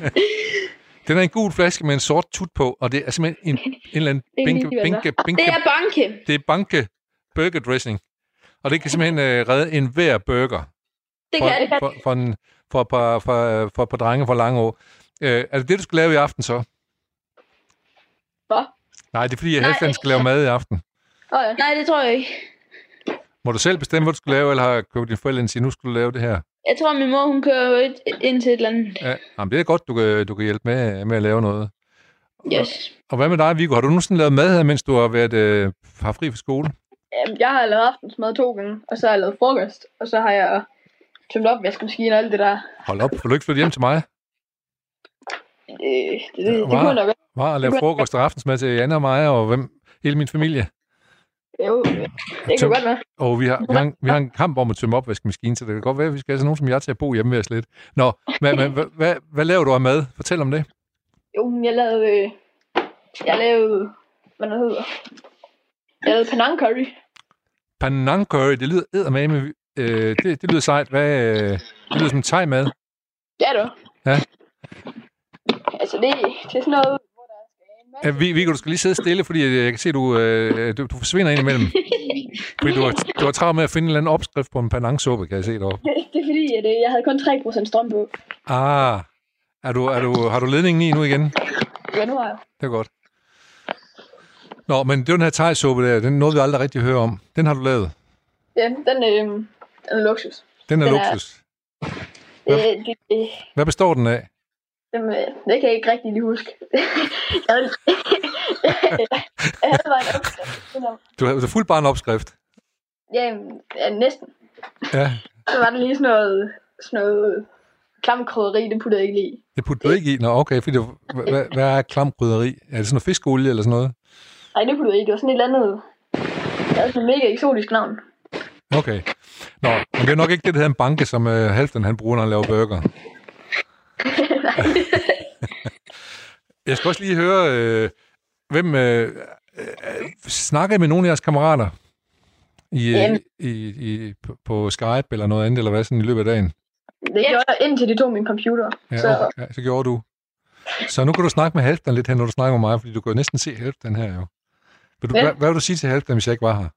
Den er en gul flaske med en sort tut på, og det er simpelthen en, en eller anden Det er binke, lige, hvad binke, binke, Det er banke. det er banke burgerdressing. Og det kan simpelthen øh, redde en hver burger Det for, kan det. for, for, en, for, et par- for, for, for drenge fra Langå. Øh, er det det, du skal lave i aften så? Hvad? Nej, det er fordi, at Nej. Halvdan skal lave mad i aften. Åh ja. Nej, det tror jeg ikke. Må du selv bestemme, hvad du skal lave, eller har købt dine forældre og sige, nu skal du lave det her? Jeg tror, min mor, hun kører jo et, ind til et eller andet. Ja, jamen, det er godt, du kan, du kan hjælpe med, med at lave noget. Yes. Og hvad med dig, Viggo? Har du nogensinde lavet mad her, mens du har været øh, har fri fra skole? Jamen, jeg har lavet aftensmad to gange, og så har jeg lavet frokost, og så har jeg tømt opvaskemaskinen og alt det der. Hold op, vil du ikke flytte hjem til mig? Øh, det, det, det, det Wow. kunne jeg nok godt. Var at lave frokost og aftensmad til Janne og mig, og hvem, hele min familie. Jo, det Tøm- kunne godt være. Og vi har, vi, har en, vi har en kamp om at tømme opvaskemaskinen, så det kan godt være, at vi skal have sådan nogen som jeg til at bo hjemme ved os lidt. Nå, men, men hvad, hvad, hvad laver du af mad? Fortæl om det. Jo, men jeg lavede... Øh, jeg lavede... Hvad det hedder? Jeg lavede Penang curry. Panang curry, det lyder eddermame. Øh, det, det lyder sejt. Hvad, øh, det lyder som thai-mad. Ja, det var. Ja. Altså, det, det er sådan noget, hvor der skal en masse... Ja, Vi- Viggo, du skal lige sidde stille, fordi øh, jeg kan se, at du, øh, du, du forsvinder ind imellem. Fordi du har, du har travlt med at finde en eller anden opskrift på en panang-suppe, kan jeg se deroppe. Det, det er fordi, at øh, jeg havde kun tre procent strøm på. Ah, er du, er du, har du ledningen i nu igen? Ja, nu har jeg. Det er godt. Nå, men det er den her thai-suppe der, den nåede vi aldrig rigtig at høre om. Den har du lavet. Ja, den, øh, den er luksus. Den er Den er- luksus. Det, det, det, Hvad består den af? Dem, øh, det kan jeg ikke rigtig lige huske. jeg havde, jeg havde bare en opskrift. Sådan noget. Du har, du har fuldt bare en opskrift. Ja, ja, næsten. Ja, Så var der lige sådan noget, sådan noget klamt krydderi, det puttede jeg ikke lige i. det putter du ikke i. Nå, okay, fordi det, hvad, hvad er klam krydderi? Er det sådan noget fiskeolie eller sådan noget? Nej, det puttede jeg ikke. Det var sådan et eller andet... Det var sådan et mega eksotisk navn. Okay. Nå, men det er nok ikke det, der hedder en banke, som øh, Halvdan han bruger, når han laver burger. Jeg skal også lige høre, øh, hvem øh, øh, snakker I med nogle af jeres kammerater i, Jamen. i, i, på, på Skype eller noget andet, eller hvad, sådan i løbet af dagen? Det gjorde jeg, indtil de tog min computer. Ja, Så okay, ja, så gjorde du. Så nu kan du snakke med Halvdan lidt her, når du snakker med mig, fordi du kan jo næsten se Halvdan her jo. Vil du, Ja. hvad, hvad vil du sige til Halvdan, hvis jeg ikke var her?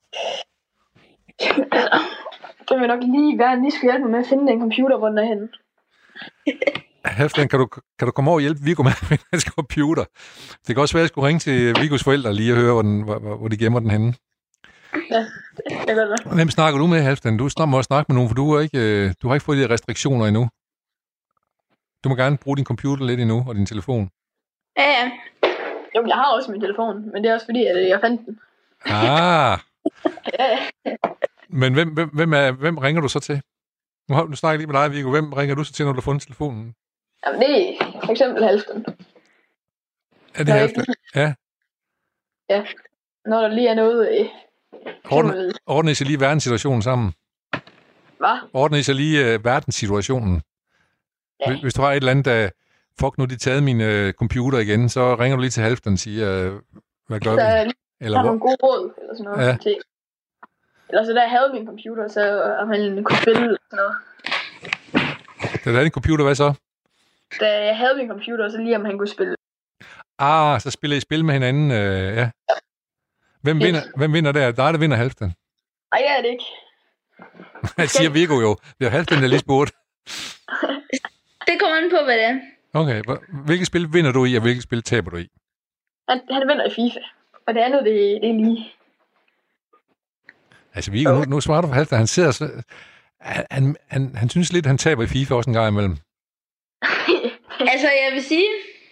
det vil nok lige være, at lige skulle hjælpe mig med at finde den computer, hvor den er henne. Halvdan, kan du, kan du komme over og hjælpe Viggo med at finde hans computer? Det kan også være, at jeg skulle ringe til Viggos forældre lige og høre, hvor, den, hvor, hvor de gemmer den henne. Ja, det kan godt være. Hvem snakker du med, Halvdan? Du snart må også snakke med nogen, for du har ikke, øh, du har ikke fået de restriktioner endnu. Du må gerne bruge din computer lidt endnu, og din telefon. Ja, ja. Jo, men jeg har også min telefon, men det er også fordi, at øh, jeg fandt den. Ah, Ja, men hvem, hvem, hvem, er, hvem ringer du så til? Nu, har, nu snakker jeg lige med dig, Viggo. Hvem ringer du så til, når du har fundet telefonen? jamen det er for eksempel Halvdan. Er det Nej, Halvdan? Ja. Når der lige er noget... Øh, Ordner, ordner I så lige verdenssituationen sammen? Hvad? Ordner I så lige uh, verdenssituationen? Ja. Hvis, hvis du har et eller andet, der... Fuck, nu har de taget min uh, computer igen, så ringer du lige til Halvdan og siger, uh, hvad gør Så vi? jeg Eller har hvor? nogle gode råd, eller sådan noget. Ja. Til. Eller så da jeg havde min computer, så om han kunne spille, eller sådan noget. Da du havde din computer, hvad så? Da jeg havde min computer, så lige om han kunne spille. Ah, så spiller I spil med hinanden, uh, ja. Hvem Yes. vinder, hvem vinder der? Der er der vinder Halvdan. Nej, det er det ikke. Det siger Viggo jo. Det er Halvdan, der lige spurgt. Det kommer an på, hvad det er. Okay, hvor- hvilket spil vinder du i, og hvilket spil taber du i? Han, han vinder i FIFA. Og det andet, det, det er lige... Altså, Viggo, nu, nu svarer du for Halvdan. Han sidder så... Han, han, han, han synes lidt, han taber i FIFA også en gang imellem. Altså, jeg vil sige...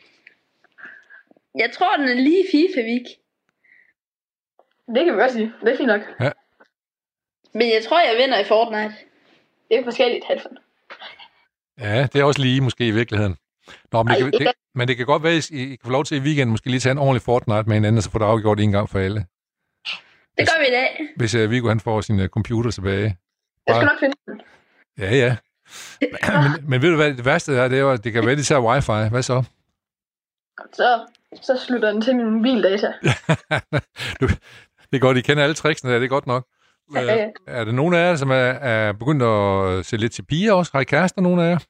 Jeg tror, den er lige FIFA, Vig. Det kan vi godt sige. Det er fint nok. Men jeg tror, jeg vinder i Fortnite. Det er forskelligt, Halvdan. Ja, det er også lige måske i virkeligheden. Nå, men, det, Ej, kan, ikke- det, men det kan godt være, at I, I kan få lov til i weekenden måske lige tage en ordentlig Fortnite med hinanden, og så få det afgjort en gang for alle. Det gør vi i dag. Hvis uh, Viggo han får sin uh, computer tilbage. Jeg skal Bare- nok finde den. Ja, ja. Men, men ved du hvad, det værste er, det er jo, at det kan være, at de tager wifi. Hvad så? Så så slutter den til min mobildata. du, det er godt, I kender alle tricksene der, det er godt nok. Ja, ja. Øh, er der nogen af jer, som er, er begyndt at se lidt til piger også? Har I kærester, nogen af jer?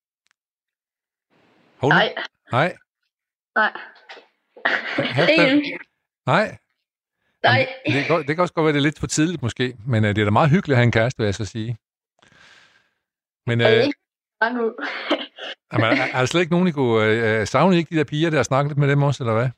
Hold Nej. Nej? Nej. Ingen. Nej? Nej. Jamen, det, kan, det kan også godt være, det er lidt for tidligt måske, men uh, det er da meget hyggeligt at have en kæreste, vil jeg så sige. Men uh, Jeg er ikke mange ud. jamen, er, er der slet ikke nogen, I kunne uh, savne ikke de der piger, der har snakket lidt med dem også, eller hvad?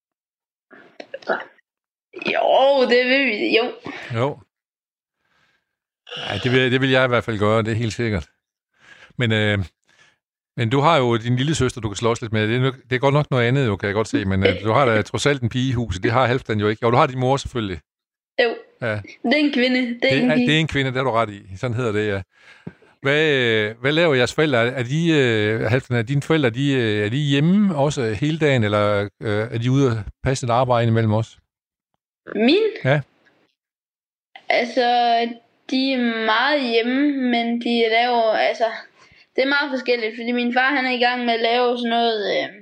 Jo, det vil vi. Jo. Jo. Ja, det vil, det vil jeg i hvert fald gøre, det er helt sikkert. Men, øh, men du har jo din lille søster, du kan slås lidt med. Det er, nok, det er godt nok noget andet, jo, kan jeg godt se. Men øh, du har da trods alt en pige i huset. Det har Halfdan jo ikke. Og du har din mor selvfølgelig. Jo. Ja. Det er en kvinde. Det er, Det, en er, pige. det er en kvinde, det har du ret i. Sådan hedder det, ja. Hvad, øh, hvad laver jeres forældre? Er, de, øh, Halfdan, er dine forældre, de, øh, er de hjemme også hele dagen, eller øh, er de ude og passe et arbejde imellem os? Min? Ja. Altså, de er meget hjemme, men de laver, altså, det er meget forskelligt, fordi min far, han er i gang med at lave sådan noget, øh,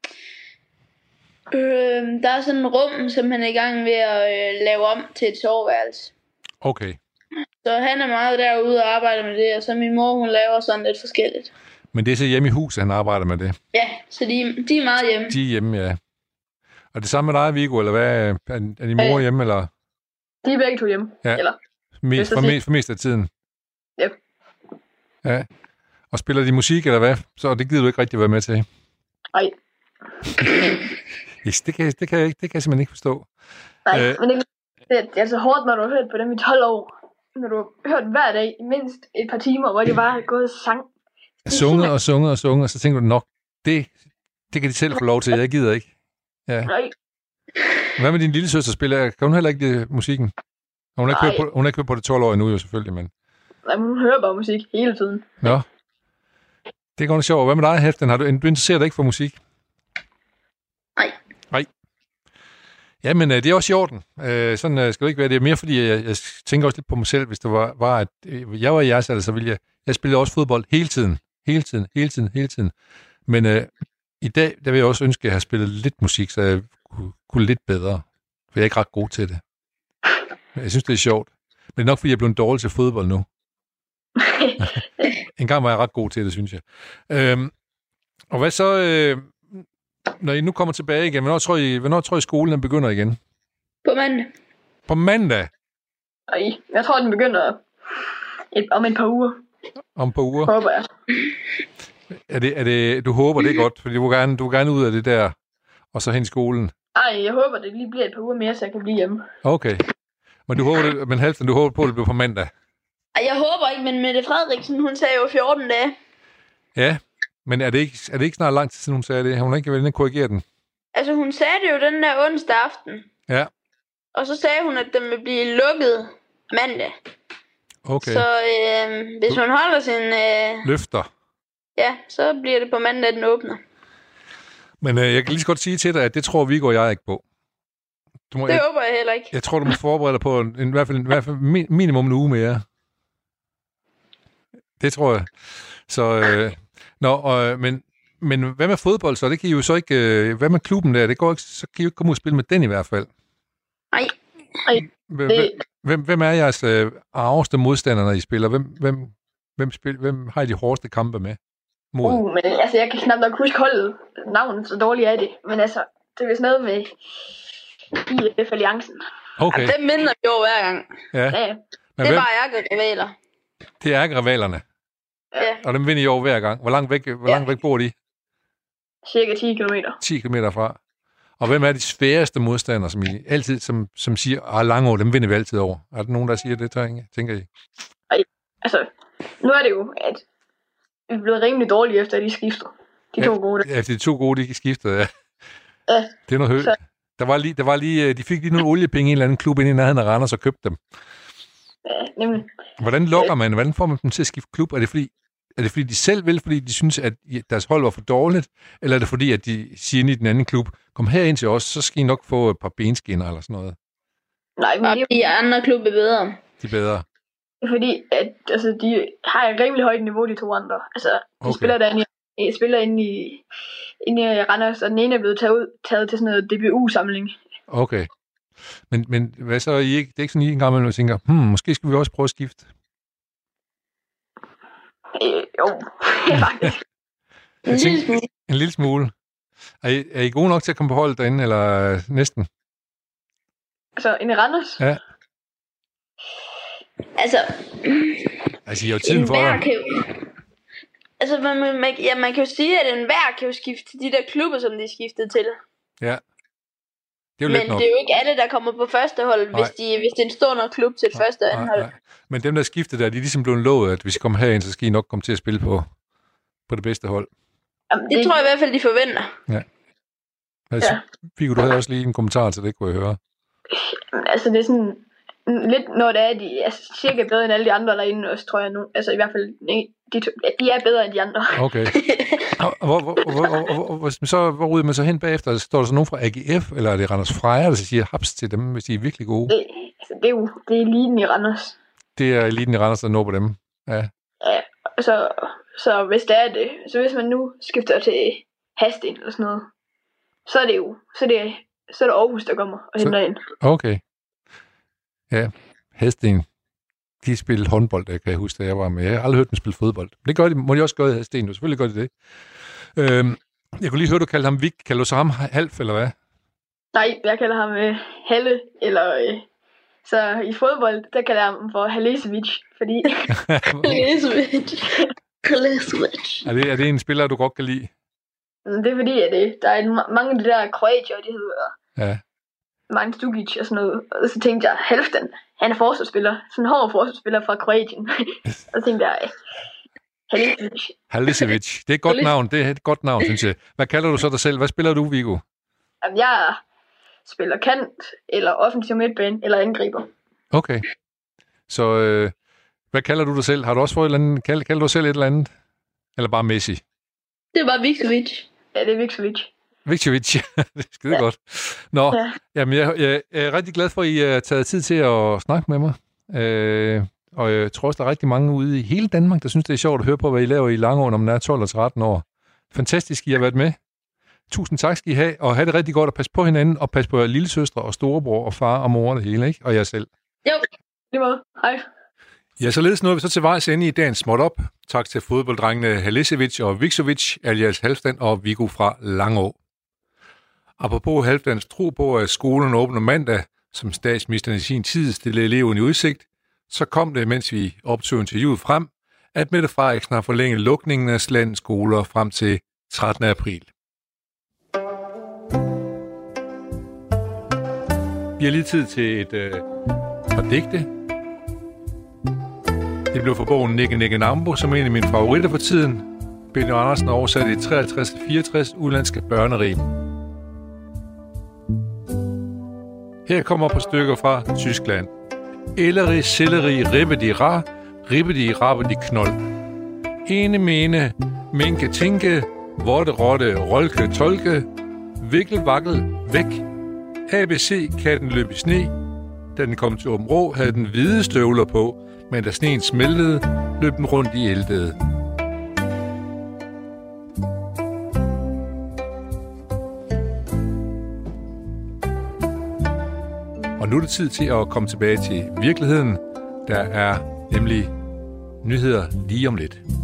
øh, der er sådan et rum, som han er i gang med at øh, lave om til et soveværelse. Okay. Så han er meget derude og arbejder med det, og så min mor, hun laver sådan lidt forskelligt. Men det er så hjemme i huset, han arbejder med det? Ja, så de, de er meget hjemme. De er hjemme, ja. Og det samme med dig, Viggo, eller hvad? Er, er din mor Øh. hjemme, eller? De er begge to hjemme. Ja. Eller, Mest, så for, sige. mest, for mest af tiden? Ja. Ja. Og spiller de musik, eller hvad? Så det gider du ikke rigtig være med til? nej. Yes, det, kan, det, kan jeg ikke, det kan jeg simpelthen ikke forstå. Nej, Øh. øh. men det, det, er altså hårdt, når du har hørt på dem i tolv år. Når du har hørt hver dag i mindst et par timer, hvor de bare har gået og sang. Sunget og sunget og sunget, og så tænker du nok, det, det kan de selv få lov til, jeg gider ikke. Ja. Nej, Hvad med din lille søster spiller? Kan hun heller ikke lide musikken? Hun har ikke, Nej. hørt på, hun har ikke hørt på det tolv år endnu, jo selvfølgelig, men... nej, men hun hører bare musik hele tiden. Nå. Det er godt sjovt. Hvad med dig, Halfdan? Har du, du interesserer dig ikke for musik? Nej. Nej. Ja, men øh, det er også i orden. Øh, sådan øh, skal det ikke være. Det er mere fordi, jeg, jeg tænker også lidt på mig selv, hvis det var, var at øh, jeg var i jeres alder, så ville jeg... Jeg spillede også fodbold hele tiden. Hele tiden, hele tiden, hele tiden. Men øh, i dag, der vil jeg også ønske, at jeg har spillet lidt musik, så jeg kunne, kunne lidt bedre. For jeg er ikke ret god til det. Men jeg synes, det er sjovt. Men det er nok, fordi jeg er blevet dårlig til fodbold nu. En gang var jeg ret god til det, synes jeg. Øhm, og hvad så, øh, når I nu kommer tilbage igen, hvornår tror I, hvornår tror I skolen den begynder igen? På mandag. På mandag? Nej, jeg tror, den begynder et, om et par uger, Om et par uger? håber jeg. Er det, er det, du håber, det er godt, fordi du vil gerne, du vil gerne ud af det der, og så hen i skolen? Ej, jeg håber, det lige bliver et par uger mere, så jeg kan blive hjemme. Okay. Men du håber, det, men Halfdan, du håber på, at det bliver på mandag? Ej, jeg håber ikke, men Mette Frederiksen, hun sagde jo fjorten dage. Ja, men er det ikke, er det ikke snart lang tid siden, hun sagde det? Hun har ikke været inde og korrigere den? Altså, hun sagde det jo den der onsdag aften. Ja, Og så sagde hun, at den vil blive lukket mandag. okay. Så øh, hvis hun holder sin... Øh, Løfter. ja, så bliver det på mandag, den åbner. Men øh, jeg kan lige så godt sige til dig, at det tror Viggo og jeg ikke på. Du må, Det jeg, håber jeg heller ikke. jeg tror, du må forberede dig på en, en, i hvert fald, i hvert fald min, minimum en uge mere. Det tror jeg. Så, øh, nå, og, men, men hvad med fodbold så? Det kan I jo så ikke... Øh, hvad med klubben der? Det går ikke, så kan I jo ikke komme ud og spille med den i hvert fald. Nej. Hvem, Det- hvem, hvem er jeres øh, arveste modstandere, når I spiller? Hvem, hvem, hvem, spil, hvem har I de hårdeste kampe med? Mod? Uh, men altså, jeg kan knap nok huske holdet. Navnet, så dårligt er det. Men altså, det er vist noget med I F Alliancen. Okay, Dem minder vi over hver gang. ja. Ja, Men Det er hvem, bare ærkerivaler. det er rivalerne, Ja. og dem vinder I over hver gang. Hvor langt væk, hvor Ja. langt væk bor de? cirka ti kilometer. ti kilometer fra. Og hvem er de sværeste modstandere, som I altid, som, som siger, at Langå, dem vinder vi altid over? Er der nogen, der siger det, tænker I? Altså, nu er det jo, at vi er blevet rimelig dårlige efter, at de skifter. De to gode. Ja, efter de to gode, de skiftede, ja. Ja. Det er noget højt. Så- Der var lige, der var lige, de fik lige nogle oliepenge i en eller anden klub inde i nærheden af Randers og købte dem. Ja, nemlig. Hvordan lukker man? Hvordan får man dem til at skifte klub? Er det fordi, er det fordi de selv vil, fordi de synes, at deres hold var for dårligt? Eller er det fordi, at de siger ind i den anden klub, kom her ind til os, så skal I nok få et par benskinner eller sådan noget. Nej, men Og det er de andre klubber er bedre. De er bedre. jo fordi, at altså, de har et rimelig højt niveau, de to andre. Altså, de Okay. okay. spiller derinde i øh, spiller inde i, inde i Randers, og den ene er blevet taget, ud, taget til sådan noget D B U-samling. Okay. Men, men hvad så? I ikke, det er ikke sådan, I en gang imellem tænker, hmm, måske skal vi også prøve at skifte? Øh, jo, faktisk. Jeg tænker, en lille smule. Er I, er I gode nok til at komme på holdet derinde, eller næsten? Altså, inde i Randers? Ja. Altså, Altså, I har jo tiden for enhver dig. kan jo, altså man, man, man, ja, man kan jo sige, at enhver kan jo skifte til de der klubber, som de er skiftet til. Ja. Det er jo Men let nok. det er jo ikke alle, der kommer på første hold, hvis, de, hvis det er en stor nok klub til et Nej, første og anden nej, hold. nej. Men dem, der skifter der, de er ligesom blevet lovet, at hvis I kommer herind, så skal I nok komme til at spille på, på det bedste hold. Jamen, Det tror jeg i hvert fald, de forventer. Altså, Ja. Viggo, du havde også lige en kommentar til det, kunne jeg høre. Altså, det er sådan lidt, når det er, de er cirka bedre end alle de andre derinde også, tror jeg nu. Altså, i hvert fald, nej, de, to, de er bedre end de andre. Okay. Og hvor, hvor, hvor, hvor, hvor, hvor, så, hvor ryger man så hen bagefter? Står der så nogen fra A G F, eller er det Randers Freja, der så siger haps til dem, hvis de er virkelig gode? Det, altså, det er jo det er eliten i Randers. Det er eliten i Randers, der når på dem. Ja. Ja, så, så hvis det er det, så hvis man nu skifter til Hadsten eller sådan noget, så er det jo, så er det, så er det Aarhus, der kommer og henter ind. Okay. Ja, Hadsten. De spillede håndbold, der kan jeg huske, da jeg var med. Jeg har aldrig hørt dem spille fodbold. Det gør de, må de også gøre i Hadsten, jo. Selvfølgelig gør de det. Øhm, jeg kunne lige høre, du kaldte ham Vig. Kalder du så ham Half, eller hvad? Nej, jeg kalder ham øh, Halle, eller øh, så i fodbold, der kalder jeg ham for Halesevic, fordi Halesevic. Halesevic. er, det, er det en spiller, du godt kan lide? det er fordi, at det, der er en, mange af de der kroatier, de hedder Ja. Mandžukić og sådan noget. Og så tænkte jeg, Halfdan, han er forsvarsspiller, sådan en hård forsvarsspiller fra Kroatien. Og så tænkte jeg, Halesevic. Halesevic. Det er et godt navn. Det er et godt navn, synes jeg. Hvad kalder du så dig selv? Hvad spiller du, Viggo? Jamen, jeg spiller kant, eller offensiv midtbane, eller angriber. Okay. Så øh, hvad kalder du dig selv? Har du også fået et eller andet? Kald, kalder du dig selv et eller andet? Eller bare Messi? Det var Viktovic. Ja, det er Viktovic. Viktovic. Det er skide ja. godt. Nå, ja. Jamen, jeg, jeg er rigtig glad for, at I har taget tid til at snakke med mig. Øh, og jeg tror også, der er rigtig mange ude i hele Danmark, der synes, det er sjovt at høre på, hvad I laver i Langå, når man er tolv og tretten år. Fantastisk, I har været med. Tusind tak skal I have, og have det rigtig godt, og passe på hinanden, og passe på jer lillesøstre og storebror og far og mor og det hele, ikke? Og jer selv. Jo, det var. Hej. Ja, således nåede vi så til vejs ende i dagens Småt Op. Tak til fodbolddrengene Halesevic og Viktovic, alias Halfdan og Viggo fra Langå. Apropos Halfdans tro på, at skolen åbner mandag, som statsministeren i sin tid stillede eleven i udsigt, så kom det, mens vi optog interviewet frem, at Mette Frederiksen har forlænget lukningen af landets skoler frem til trettende april. Vi har lige tid til et øh, par digte. Det blev for bogen Nikke Nikke Nambo, som er en af mine favoritter for tiden. Benny Andersen oversat i treogtres til fireogtres udenlandske børnerim. Her kommer på stykker fra Tyskland. Elleri, selleri, ribbedi ra, ribbedi rabbedi knold. Ene mene, minke tinke, vorte rotte, rolke tolke, vikkel vakkel væk. A B C katten løb i sne. Da den kom til Åben Rå, havde den hvide støvler på, men da sneen smeltede, løb den rundt i eldet. Og nu er det tid til at komme tilbage til virkeligheden. Der er nemlig nyheder lige om lidt.